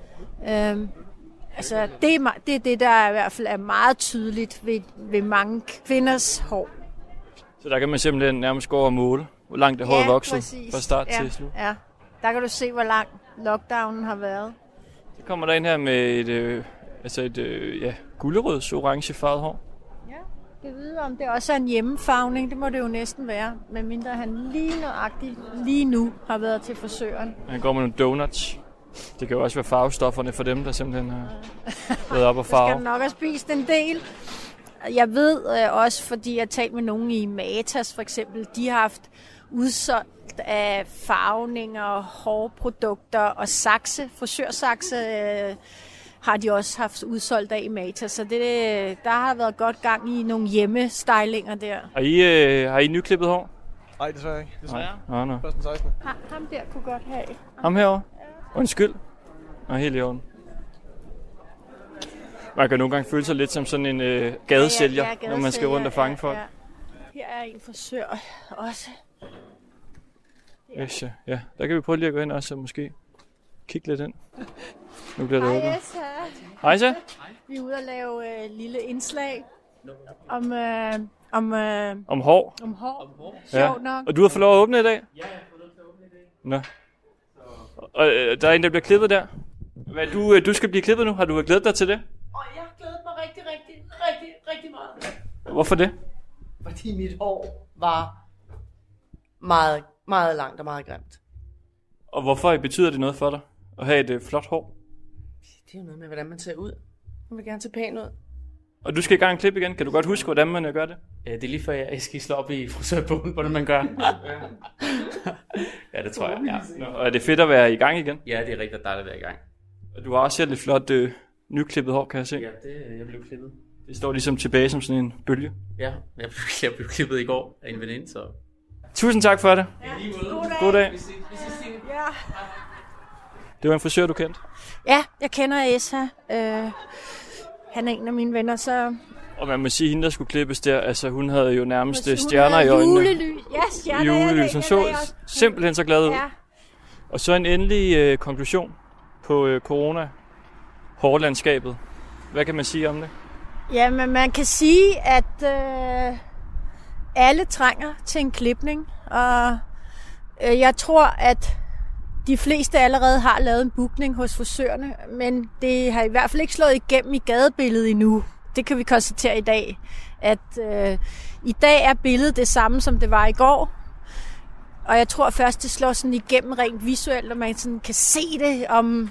Altså det er det, der i hvert fald er meget tydeligt ved mange kvinders hår. Så der kan man simpelthen nærmest gå over og måle, hvor langt det hår er vokset fra start til slut. Ja, der kan du se, hvor lang lockdownen har været. Så kommer der ind her med et gulerøds orange farvet hår. Ja, jeg ved om det også er en hjemmefarvning, det må det jo næsten være, medmindre han lige nu har været til frisøren. Han går med nogle donuts. Det kan jo også være farvestofferne for dem, der simpelthen har været op og farve. Så skal du nok have spist en del. Jeg ved også, fordi jeg har talt med nogen i Matas for eksempel, de har haft udsolgt af farvninger, hårprodukter og frisørsakse har de også haft udsolgt af i Matas. Så der har været godt gang i nogle hjemmestylinger der. Har I nyklippet hår? Nej, desværre ikke. Nej. No. Først den 16. Ham der kunne godt have. Ham herovre? Undskyld. Nå, helt i orden. Man kan nogle gange føle sig lidt som sådan en gadesælger, når man skal rundt og fange folk. Ja. Her er en frisør også. Ja, der kan vi prøve lige at gå ind også og måske kigge lidt ind. Nu bliver det åbent. Hej så. Vi er ude at lave lille indslag om hår. Om hår. Ja. Sjovt nok. Og du har fået lov at åbne i dag? Ja, jeg har fået lov til at åbne i dag. Nå. Og der er en, der bliver klippet der. Du skal blive klippet nu. Har du glædet dig til det? Jeg har glædet mig rigtig meget. Hvorfor det? Fordi mit hår var meget, meget langt og meget grimt. Og hvorfor betyder det noget for dig at have et flot hår? Det er jo noget med, hvordan man ser ud. Man vil gerne se pæn ud. Og du skal i gang klippe igen. Kan du godt huske, hvordan man gør det? Ja, det er lige før jeg skal slå op i frisørbogen, hvordan man gør. Ja, det tror jeg. Ja. Og er det fedt at være i gang igen? Ja, det er rigtig dejligt at være i gang. Og du har også selv lidt flot nyklippet hår, kan jeg se. Ja, jeg blev klippet. Det står ligesom tilbage som sådan en bølge. Ja, jeg blev klippet i går af en veninde, så... Tusind tak for det. Ja, god dag. Ja. Det var en frisør, du kendte? Ja, jeg kender Esa. Han er en af mine venner, så... Og man må sige, hende der skulle klippes der, altså hun havde jo nærmest stjerner i øjnene. Julelys. Ja, stjerner. Julelys. Hun så simpelthen så glad ud. Ja. Og så en endelig konklusion på corona-hårlandskabet. Hvad kan man sige om det? Jamen, man kan sige, at alle trænger til en klipning. Og jeg tror, at de fleste allerede har lavet en bookning hos frisørerne, men det har i hvert fald ikke slået igennem i gadebilledet endnu. Det kan vi konstatere i dag, at i dag er billedet det samme, som det var i går. Og jeg tror først, det slår sådan igennem rent visuelt, og man sådan kan se det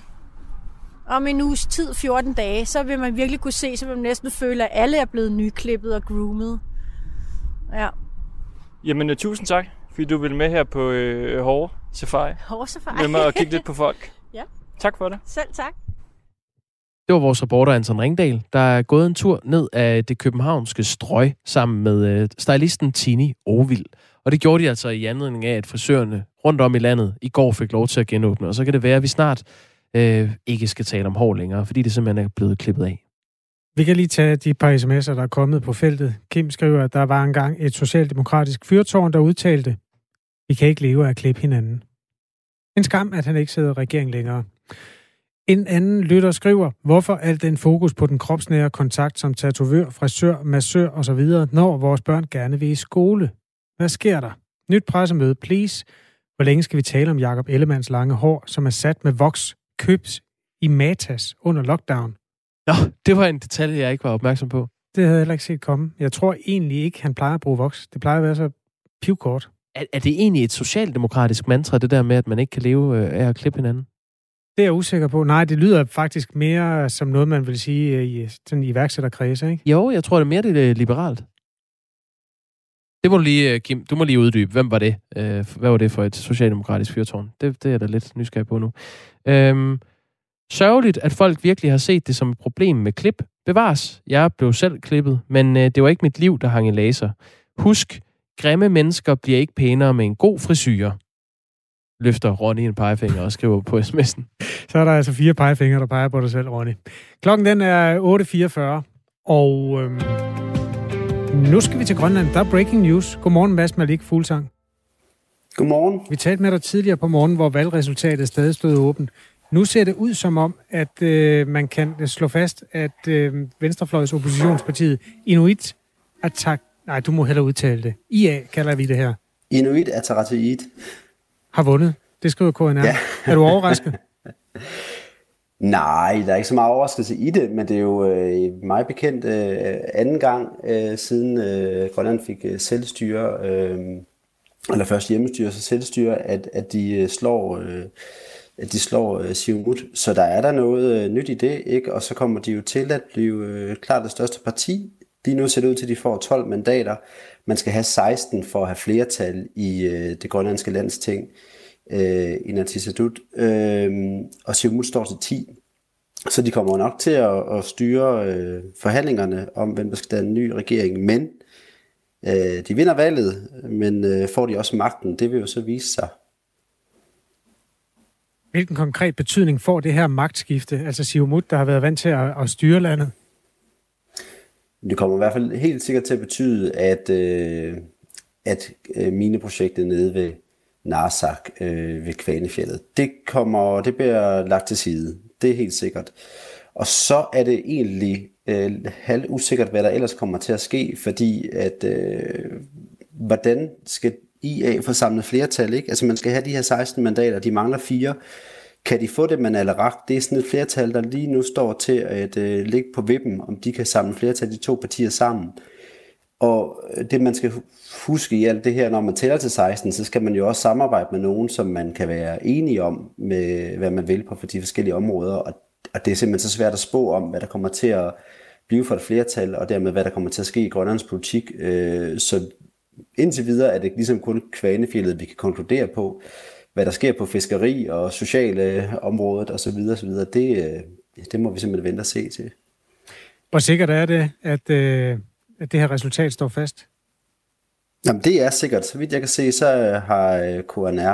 om en uges tid, 14 dage. Så vil man virkelig kunne se, så vil man næsten føle, at alle er blevet nyklippet og groomet. Ja. Jamen, tusind tak, fordi du ville med her på Hårsafari. Hårsafari. Med mig og kigge lidt på folk. Ja. Tak for det. Selv tak. Det var vores reporter Anton Ringdal, der er gået en tur ned af det københavnske Strøg sammen med stylisten Tini Ovild. Og det gjorde de altså i anledning af, at frisørerne rundt om i landet i går fik lov til at genåbne. Og så kan det være, at vi snart ikke skal tale om hår længere, fordi det simpelthen er blevet klippet af. Vi kan lige tage de par sms'er, der er kommet på feltet. Kim skriver, at der var engang et socialdemokratisk fyrtårn, der udtalte, vi kan ikke leve af at klippe hinanden. En skam, at han ikke sidder i regeringen længere. En anden lytter skriver, hvorfor al den fokus på den kropsnære kontakt som tatovør, frisør, massør osv., når vores børn gerne vil i skole? Hvad sker der? Nyt pressemøde, please. Hvor længe skal vi tale om Jakob Ellemanns lange hår, som er sat med voks, købs i Matas under lockdown? Nå, det var en detalje, jeg ikke var opmærksom på. Det havde jeg heller ikke set komme. Jeg tror egentlig ikke, han plejer at bruge voks. Det plejer at være så pivkort. Er det egentlig et socialdemokratisk mantra, det der med, at man ikke kan leve af at klippe hinanden? Det er jeg usikker på. Nej, det lyder faktisk mere som noget, man vil sige i sådan iværksætterkredse, ikke? Jo, jeg tror, det er mere det liberalt. Det må du lige, Kim, du må lige uddybe. Hvem var det? Hvad var det for et socialdemokratisk fyrtårn? Det er jeg da lidt nysgerrig på nu. Sørgeligt, at folk virkelig har set det som et problem med klip. Bevares, jeg blev selv klippet, men det var ikke mit liv, der hang i laser. Husk, grimme mennesker bliver ikke pænere med en god frisyre. Løfter Ronny en pegefinger og skriver på sms'en. Så er der altså 4 pegefingre, der peger på dig selv, Ronny. Klokken den er 8.44, og nu skal vi til Grønland. Der er breaking news. Godmorgen, Mads Malik Fuglsang. Godmorgen. Vi talte med dig tidligere på morgen, hvor valgresultatet stadig stod åbent. Nu ser det ud som om, at man kan slå fast, at Venstrefløjs oppositionspartiet Inuit Ataqatigiit, nej, du må hellere udtale det. IA kalder vi det her. Inuit Ataqatigiit. Har vundet. Det skriver KNR. Ja. Er du overrasket? Nej, der er ikke så meget overraskelse i det, men det er jo meget bekendt anden gang siden Grønland fik selvstyre, eller først hjemmestyre, så selvstyre, at de slår Siumut. Så der er der noget nyt i det, ikke? Og så kommer de jo til at blive klart det største parti. Lige nu ser det ud til, at de får 12 mandater. Man skal have 16 for at have flertal i det grønlandske landsting, Inatsisartut, og Siumut står til 10. Så de kommer nok til at styre forhandlingerne om, hvem der skal danne en ny regering. Men de vinder valget, men får de også magten? Det vil jo så vise sig. Hvilken konkret betydning får det her magtskifte? Altså Siumut, der har været vant til at styre landet? Det kommer i hvert fald helt sikkert til at betyde, at mineprojektet nede ved Narsaq ved Kvanefjeldet, det bliver lagt til side. Det er helt sikkert. Og så er det egentlig halv usikkert, hvad der ellers kommer til at ske, fordi at hvordan skal IA få samlet flertal, ikke? Altså man skal have de her 16 mandater, de mangler 4. Kan de få det med Naleraq? Det er sådan et flertal, der lige nu står til at ligge på vippen, om de kan samle flertal de 2 partier sammen. Og det man skal huske i alt det her, når man tæller til 16, så skal man jo også samarbejde med nogen, som man kan være enige om, med hvad man vil på for de forskellige områder. Og det er simpelthen så svært at spå om, hvad der kommer til at blive for et flertal, og dermed hvad der kommer til at ske i Grønlands politik. Så indtil videre er det ligesom kun Kvanefjeldet, vi kan konkludere på. Hvad der sker på fiskeri og sociale området osv., det må vi simpelthen vente og se til. Hvor sikkert er det, at det her resultat står fast? Jamen, det er sikkert. Så vidt jeg kan se, så har KNR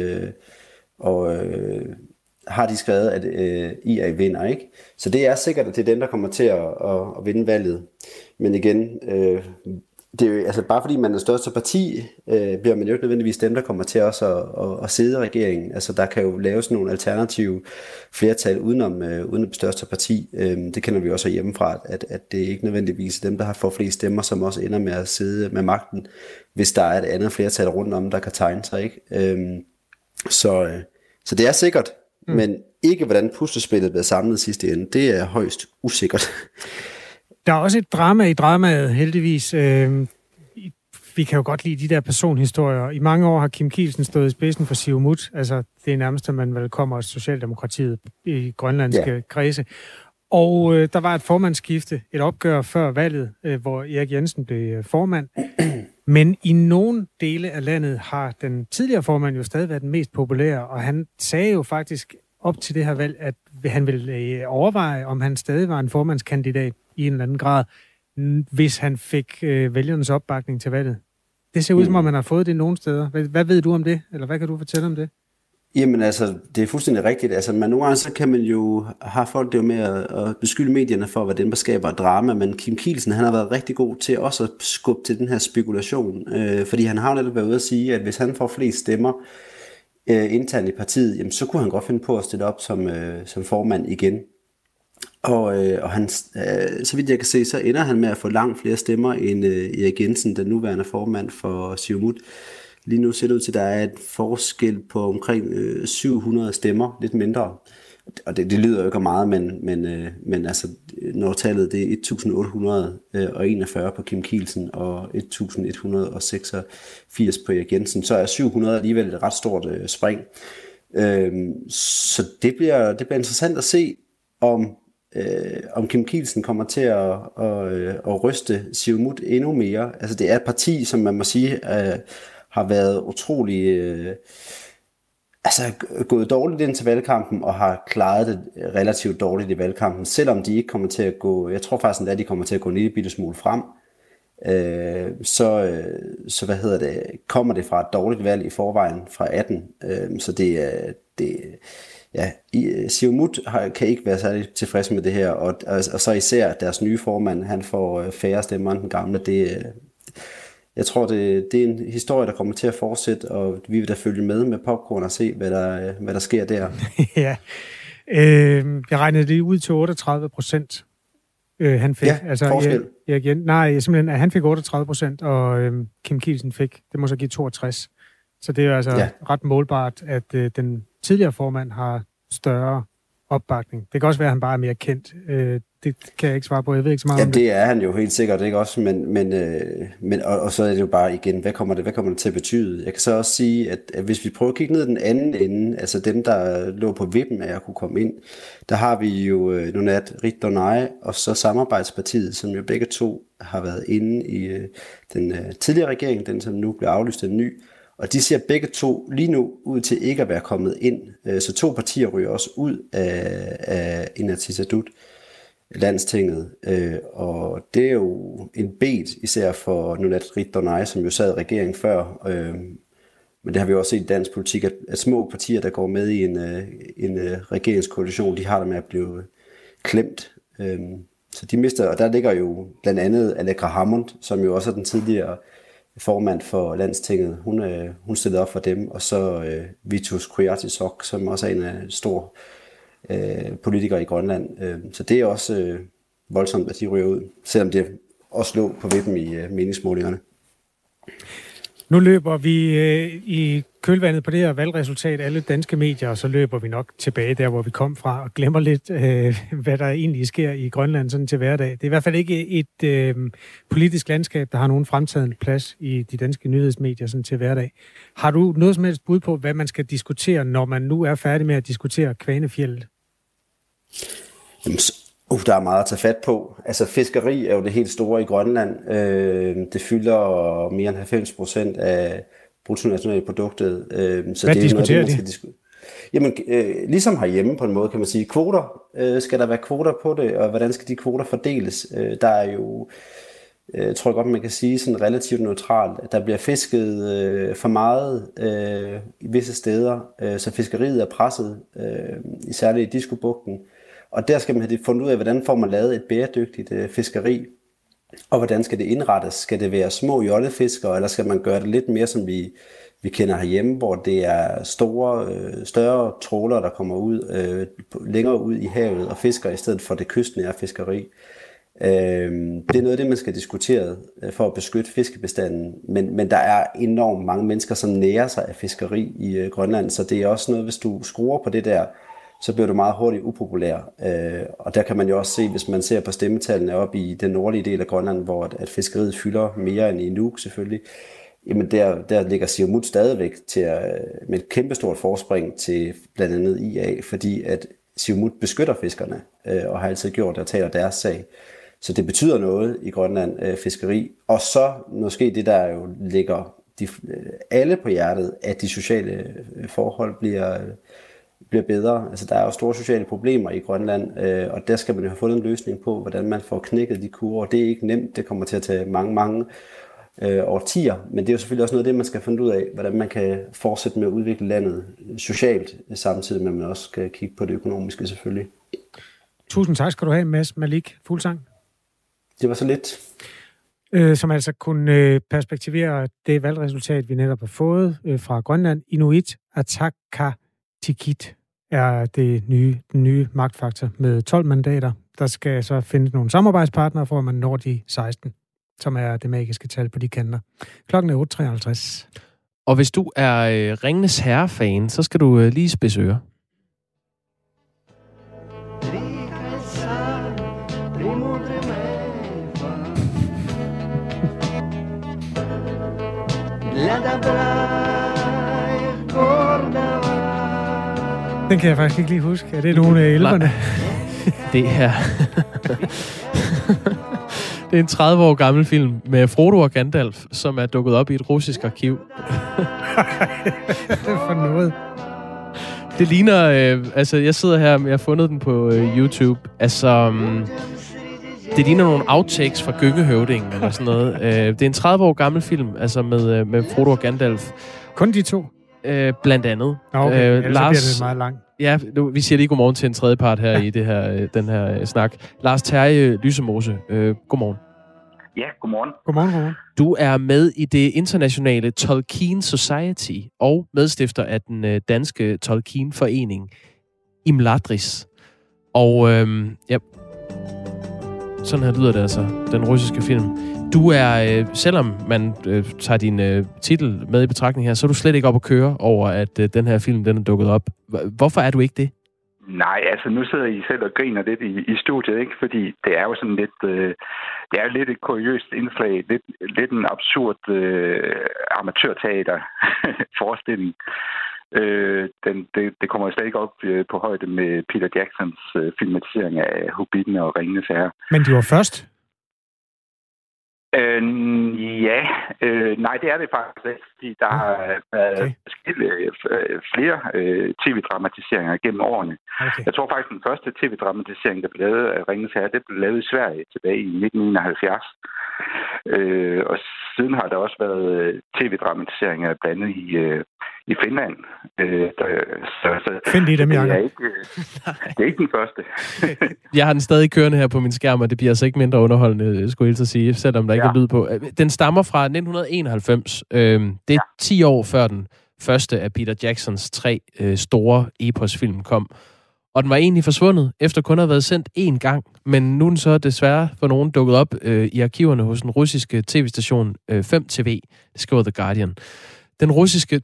har de skrevet, at IA vinder, ikke? Så det er sikkert, at det er dem, der kommer til at vinde valget. Men igen, det er jo, altså bare fordi man er det største parti, bliver man jo ikke nødvendigvis dem, der kommer til også at sidde i regeringen. Altså der kan jo laves nogle alternative flertal udenom det største parti. Det kender vi også hjemmefra, at det er ikke nødvendigvis dem, der får flest stemmer, som også ender med at sidde med magten, hvis der er et andet flertal rundt om, der kan tegne sig, ikke? Så det er sikkert, men ikke hvordan puslespillet bliver samlet sidste ende. Det er højst usikkert. Der er også et drama i dramaet, heldigvis. Vi kan jo godt lide de der personhistorier. I mange år har Kim Kielsen stået i spidsen for Siumut. Altså, det er nærmest, at man vel kommer af Socialdemokratiet i grønlandske kredse. Og der var et formandsskifte, et opgør før valget, hvor Erik Jensen blev formand. Men i nogle dele af landet har den tidligere formand jo stadig været den mest populære, og han sagde jo faktisk op til det her valg, at han ville overveje, om han stadig var en formandskandidat i en eller anden grad, hvis han fik vælgernes opbakning til valget. Det ser ud som om, man har fået det nogle steder. Hvad ved du om det? Eller hvad kan du fortælle om det? Jamen altså, det er fuldstændig rigtigt. Altså, nogle gange så kan man jo have folk det jo med at beskylde medierne for, hvad dem, der skaber drama, men Kim Kielsen, han har været rigtig god til også at skubbe til den her spekulation, fordi han har netop været ude at sige, at hvis han får flest stemmer internt i partiet, jamen, så kunne han godt finde på at stille op som formand igen. Og han, så vidt jeg kan se, så ender han med at få langt flere stemmer end Erik Jensen, den nuværende formand for Siumut. Lige nu ser det ud til, at der er et forskel på omkring 700 stemmer, lidt mindre. Og det lyder jo ikke meget, men altså, når tallet det er 1841 på Kim Kielsen og 1186 på Erik Jensen, så er 700 alligevel et ret stort spring. Så det bliver interessant at se, om Kim Kielsen kommer til at ryste Siumut endnu mere. Altså det er et parti, som man må sige har været utrolig gået dårligt ind til valgkampen og har klaret det relativt dårligt i valgkampen, selvom de ikke kommer til at gå, jeg tror faktisk at de kommer til at gå en lille bitte smule frem. Så kommer det fra et dårligt valg i forvejen fra 18. Så Siumut kan ikke være særlig tilfreds med det her, og så især deres nye formand, han får færre stemmer end den gamle. Jeg tror, det er en historie, der kommer til at fortsætte, og vi vil da følge med popcorn og se, hvad der sker der. Ja, jeg regnede det ud til 38%. Han fik. Ja, forskel. Simpelthen, at han fik 38%, og Kim Kielsen fik, det må så give 62. Så det er jo ret målbart, at den tidligere formand har større opbakning. Det kan også være, at han bare er mere kendt. Det kan jeg ikke svare på. Jeg ved ikke så meget om det. Det er han jo helt sikkert, ikke også? Men så er det jo bare igen, hvad kommer det til at betyde? Jeg kan så også sige, at hvis vi prøver at kigge ned den anden ende, altså dem, der lå på vippen af at kunne komme ind, der har vi jo Nunat Ritdonai og så Samarbejdspartiet, som jo begge to har været inde i den tidligere regering, den som nu bliver aflyst en ny. Og de ser begge to lige nu ud til ikke at være kommet ind. Så 2 partier ryger også ud af Inatsisartut, Landstinget. Og det er jo en bet, især for Nunaat Ritonaj, som jo sad i regeringen før. Men det har vi også set i dansk politik, at små partier, der går med i en regeringskoalition, de har det med at blive klemt. Så de mister, og der ligger jo blandt andet Allegra Hammond, som jo også er den tidligere formand for Landstinget. Hun stillede op for dem, og så Vitus Qujaukitsoq, som også er en stor politiker i Grønland. Så det er også voldsomt, at de ryger ud, selvom det også lå på vippen i meningsmålingerne. Nu løber vi i kølvandet på det her valgresultat, alle danske medier, og så løber vi nok tilbage der, hvor vi kom fra, og glemmer lidt, hvad der egentlig sker i Grønland sådan til hverdag. Det er i hvert fald ikke et politisk landskab, der har nogen fremtidende plads i de danske nyhedsmedier sådan til hverdag. Har du noget som helst bud på, hvad man skal diskutere, når man nu er færdig med at diskutere Kvanefjeldet? Der er meget at tage fat på. Altså fiskeri er jo det helt store i Grønland. Det fylder mere end 90% af bruttonationalproduktet. Så hvad det er diskuterer noget, de? Jamen, ligesom herhjemme på en måde, kan man sige. Kvoter. Skal der være kvoter på det, og hvordan skal de kvoter fordeles? Der er jo, tror jeg godt, man kan sige, sådan relativt neutralt. Der bliver fisket for meget i visse steder, så fiskeriet er presset, særligt i Diskobugten. Og der skal man have fundet ud af, hvordan får man lavet et bæredygtigt fiskeri, og hvordan skal det indrettes? Skal det være små jollefiskere, eller skal man gøre det lidt mere, som vi kender herhjemme, hvor det er større trålere, der kommer ud længere ud i havet og fisker, i stedet for det kystnære fiskeri? Det er noget af det, man skal diskutere for at beskytte fiskebestanden, men der er enormt mange mennesker, som nærer sig af fiskeri i Grønland, så det er også noget, hvis du skruer på det der, så bliver du meget hurtigt upopulær. Og der kan man jo også se, hvis man ser på stemmetallene op i den nordlige del af Grønland, hvor at fiskeriet fylder mere end i Nuuk selvfølgelig, jamen der ligger Siumut stadigvæk med et kæmpestort forspring til blandt andet IA, fordi at Siumut beskytter fiskerne og har altid gjort det og taler deres sag. Så det betyder noget i Grønland, fiskeri. Og så måske det, der jo ligger alle på hjertet, at de sociale forhold bliver bedre. Altså, der er jo store sociale problemer i Grønland, og der skal man jo have fundet en løsning på, hvordan man får knækket de kurver. Det er ikke nemt, det kommer til at tage mange årtier, men det er jo selvfølgelig også noget af det, man skal finde ud af, hvordan man kan fortsætte med at udvikle landet socialt, samtidig med at man også skal kigge på det økonomiske selvfølgelig. Tusind tak skal du have, Mads Malik Fuglsang. Det var så lidt. Som altså kunne perspektivere det valgresultat, vi netop har fået fra Grønland. Inuit Ataqatigiit er den nye magtfaktor med 12 mandater. Der skal så findes nogle samarbejdspartnere, for at man når de 16, som er det magiske tal på de kanter. Klokken er 8.53. Og hvis du er Ringenes Herre-fan, så skal du lige spidse ører. Den kan jeg faktisk ikke lige huske. Er det nogle af elverne? Det er... Det er en 30 år gammel film med Frodo og Gandalf, som er dukket op i et russisk arkiv. For noget. Det ligner... altså, jeg sidder her, jeg har fundet den på YouTube. Altså... det ligner nogle outtakes fra Gyngehøvdingen eller sådan noget. Det er en 30 år gammel film, altså med Frodo og Gandalf. Kun de to? Blandt andet. Okay, ellers Lars, bliver det meget langt. Ja, vi siger lige godmorgen til en tredje part her i den her snak. Lars Terje Lysemose, godmorgen. Ja, godmorgen. Godmorgen. Du er med i det internationale Tolkien Society og medstifter af den danske Tolkien-forening Imladris. Og ja, sådan her lyder det altså, den russiske film. Du er, selvom man tager din titel med i betragtning her, så er du slet ikke op at køre over, at den her film den er dukket op. Hvorfor er du ikke det? Nej, altså nu sidder I selv og griner lidt i studiet, ikke? Fordi det er jo sådan lidt, det er jo lidt et kuriøst indslag, lidt en absurd amatørteater forestilling. Det kommer slet ikke op på højde med Peter Jacksons filmatisering af Hobbiten og Ringenes Herre. Men de var først? Nej, det er det faktisk ikke, fordi der har været flere tv-dramatiseringer gennem årene. Okay. Jeg tror faktisk, den første tv-dramatisering, der blev lavet af Ringenes Herre, det blev lavet i Sverige tilbage i 1971. Og siden har der også været tv-dramatiseringer blandt andet i Finland. Find lige dem, Jacob. Det er ikke den første. Jeg har den stadig kørende her på min skærm, og det bliver altså ikke mindre underholdende, skulle jeg sige, selvom der ikke er lyd på. Den stammer fra 1991. Det er 10 år før den første af Peter Jacksons 3 store eposfilm kom. Og den var egentlig forsvundet, efter kun at have været sendt én gang. Men nu er den så desværre for nogen dukket op i arkiverne hos den russiske tv-station 5TV. Det skriver The Guardian. Den russiske...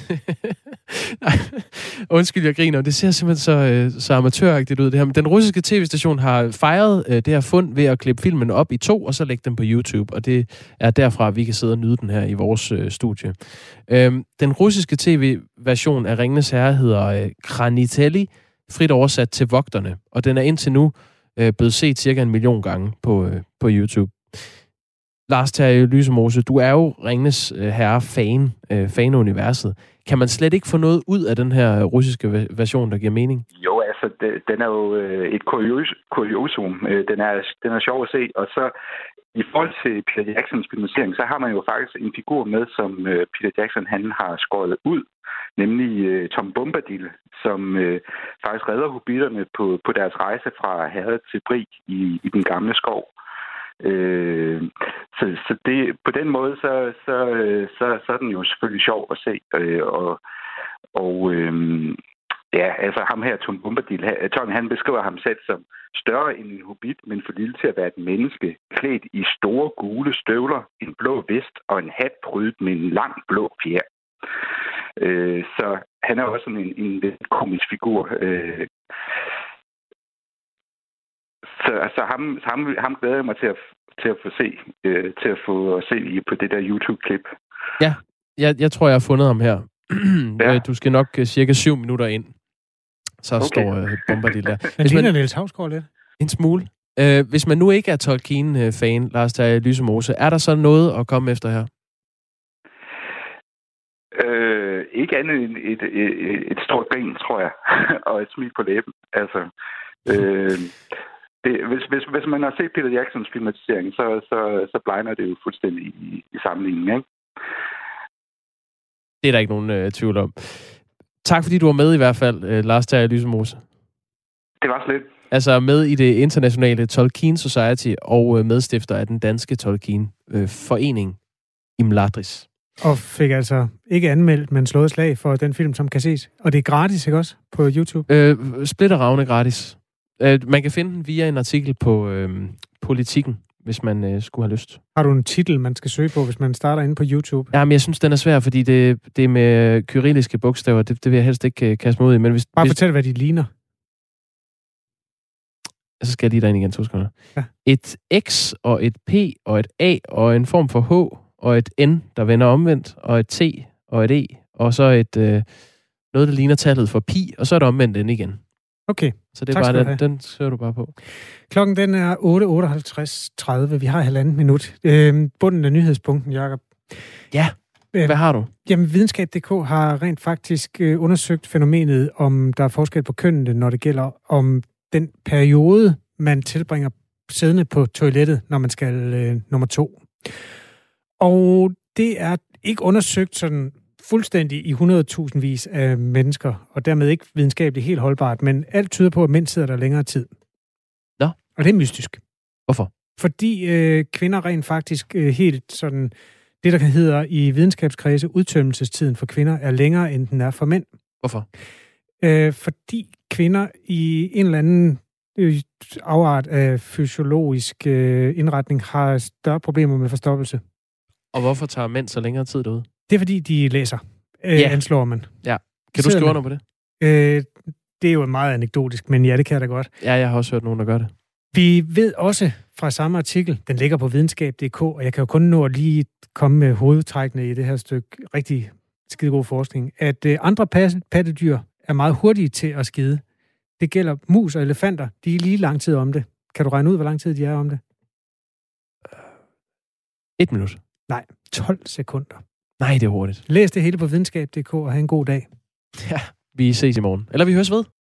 Undskyld, jeg griner. Det ser simpelthen så amatøragtigt ud, det her. Men den russiske tv-station har fejret det her fund ved at klippe filmen op i 2, og så lægge den på YouTube. Og det er derfra, vi kan sidde og nyde den her i vores studie. Den russiske tv-version af Ringenes Herre hedder Kranitelli, frit oversat til Vogterne. Og den er indtil nu blevet set cirka 1 million gange på YouTube. Lars Terje Lysemose, du er jo Ringenes Herre-fan, fan-universet. Kan man slet ikke få noget ud af den her russiske version, der giver mening? Jo, altså, den er jo et kuriosum. Den er sjov at se, og så i forhold til Peter Jacksons filmatisering, så har man jo faktisk en figur med, som Peter Jackson han har skåret ud, nemlig Tom Bombadil, som faktisk redder hobbiterne på deres rejse fra Herred til Brig i den gamle skov. Så det, på den måde, så er den jo selvfølgelig sjov at se. Altså ham her, Tom Bombadil, han beskriver ham selv som større end en hobbit, men for lille til at være et menneske, klædt i store gule støvler, en blå vest og en hat prydet med en lang blå fjer. Så han er også en lidt komisk figur. Så ham glæder jeg mig til at få se på det der YouTube-klip. Ja, jeg tror, jeg har fundet ham her. Ja. Du skal nok cirka 7 minutter ind. Så står Bombadil der. Men ligner Niels Hausgaard lidt? En smule. Hvis man nu ikke er Tolkien-fan, Lars Terje Lysemose, er der så noget at komme efter her? Ikke andet end et stort grin, tror jeg, og et smil på læben. Altså, hvis man har set Peter Jacksons filmatisering, så blegner det jo fuldstændig i sammenligning, ikke? Det er der ikke nogen tvivl om. Tak fordi du var med i hvert fald, Lars Terje Lysemose. Det var så lidt. Altså med i det internationale Tolkien Society og medstifter af den danske Tolkien-forening Imladris. Og fik altså ikke anmeldt, men slået slag for den film, som kan ses. Og det er gratis, ikke også? På YouTube? Splitterravne gratis. Man kan finde den via en artikel på Politikken, hvis man skulle have lyst. Har du en titel, man skal søge på, hvis man starter inde på YouTube? Ja, men jeg synes, den er svær, fordi det er med kyrilliske bogstaver. Det vil jeg helst ikke kaste mig ud i. Men fortæl, hvad de ligner. Så skal jeg lige derind igen, 2 sekunder. Ja. Et X og et P og et A og en form for H og et N, der vender omvendt, og et T og et E, og så noget, der ligner tallet for pi, og så er det omvendt N igen. Okay. Så det er tak bare den søger du bare på. Klokken den er 8:58:30. Vi har 1,5 minut. Bunden af nyhedspunkten, Jacob. Ja, hvad har du? Jamen, videnskab.dk har rent faktisk undersøgt fænomenet, om der er forskel på kønnene, når det gælder om den periode, man tilbringer siddende på toilettet, når man skal nummer 2. Og det er ikke undersøgt sådan fuldstændig i 100.000 vis af mennesker, og dermed ikke videnskabeligt helt holdbart, men alt tyder på, at mænd sidder der længere tid. Nå. Og det er mystisk. Hvorfor? Fordi kvinder rent faktisk helt sådan, det der hedder i videnskabskredse, udtømmelsestiden for kvinder er længere, end den er for mænd. Hvorfor? Fordi kvinder i en eller anden afart af fysiologisk indretning har større problemer med forstoppelse. Og hvorfor tager mænd så længere tid derude? Det er fordi, de læser, anslår man. Ja. Kan du skrive under på det? Det er jo meget anekdotisk, men ja, det kan jeg da godt. Ja, jeg har også hørt nogen, der gør det. Vi ved også fra samme artikel, den ligger på videnskab.dk, og jeg kan jo kun nå at lige komme med hovedtrækkene i det her stykke rigtig skidegod forskning, at andre pattedyr er meget hurtige til at skide. Det gælder mus og elefanter. De er lige lang tid om det. Kan du regne ud, hvor lang tid de er om det? 1 minut. Nej, 12 sekunder. Nej, det er hurtigt. Læs det hele på videnskab.dk og have en god dag. Ja, vi ses i morgen. Eller vi høres ved.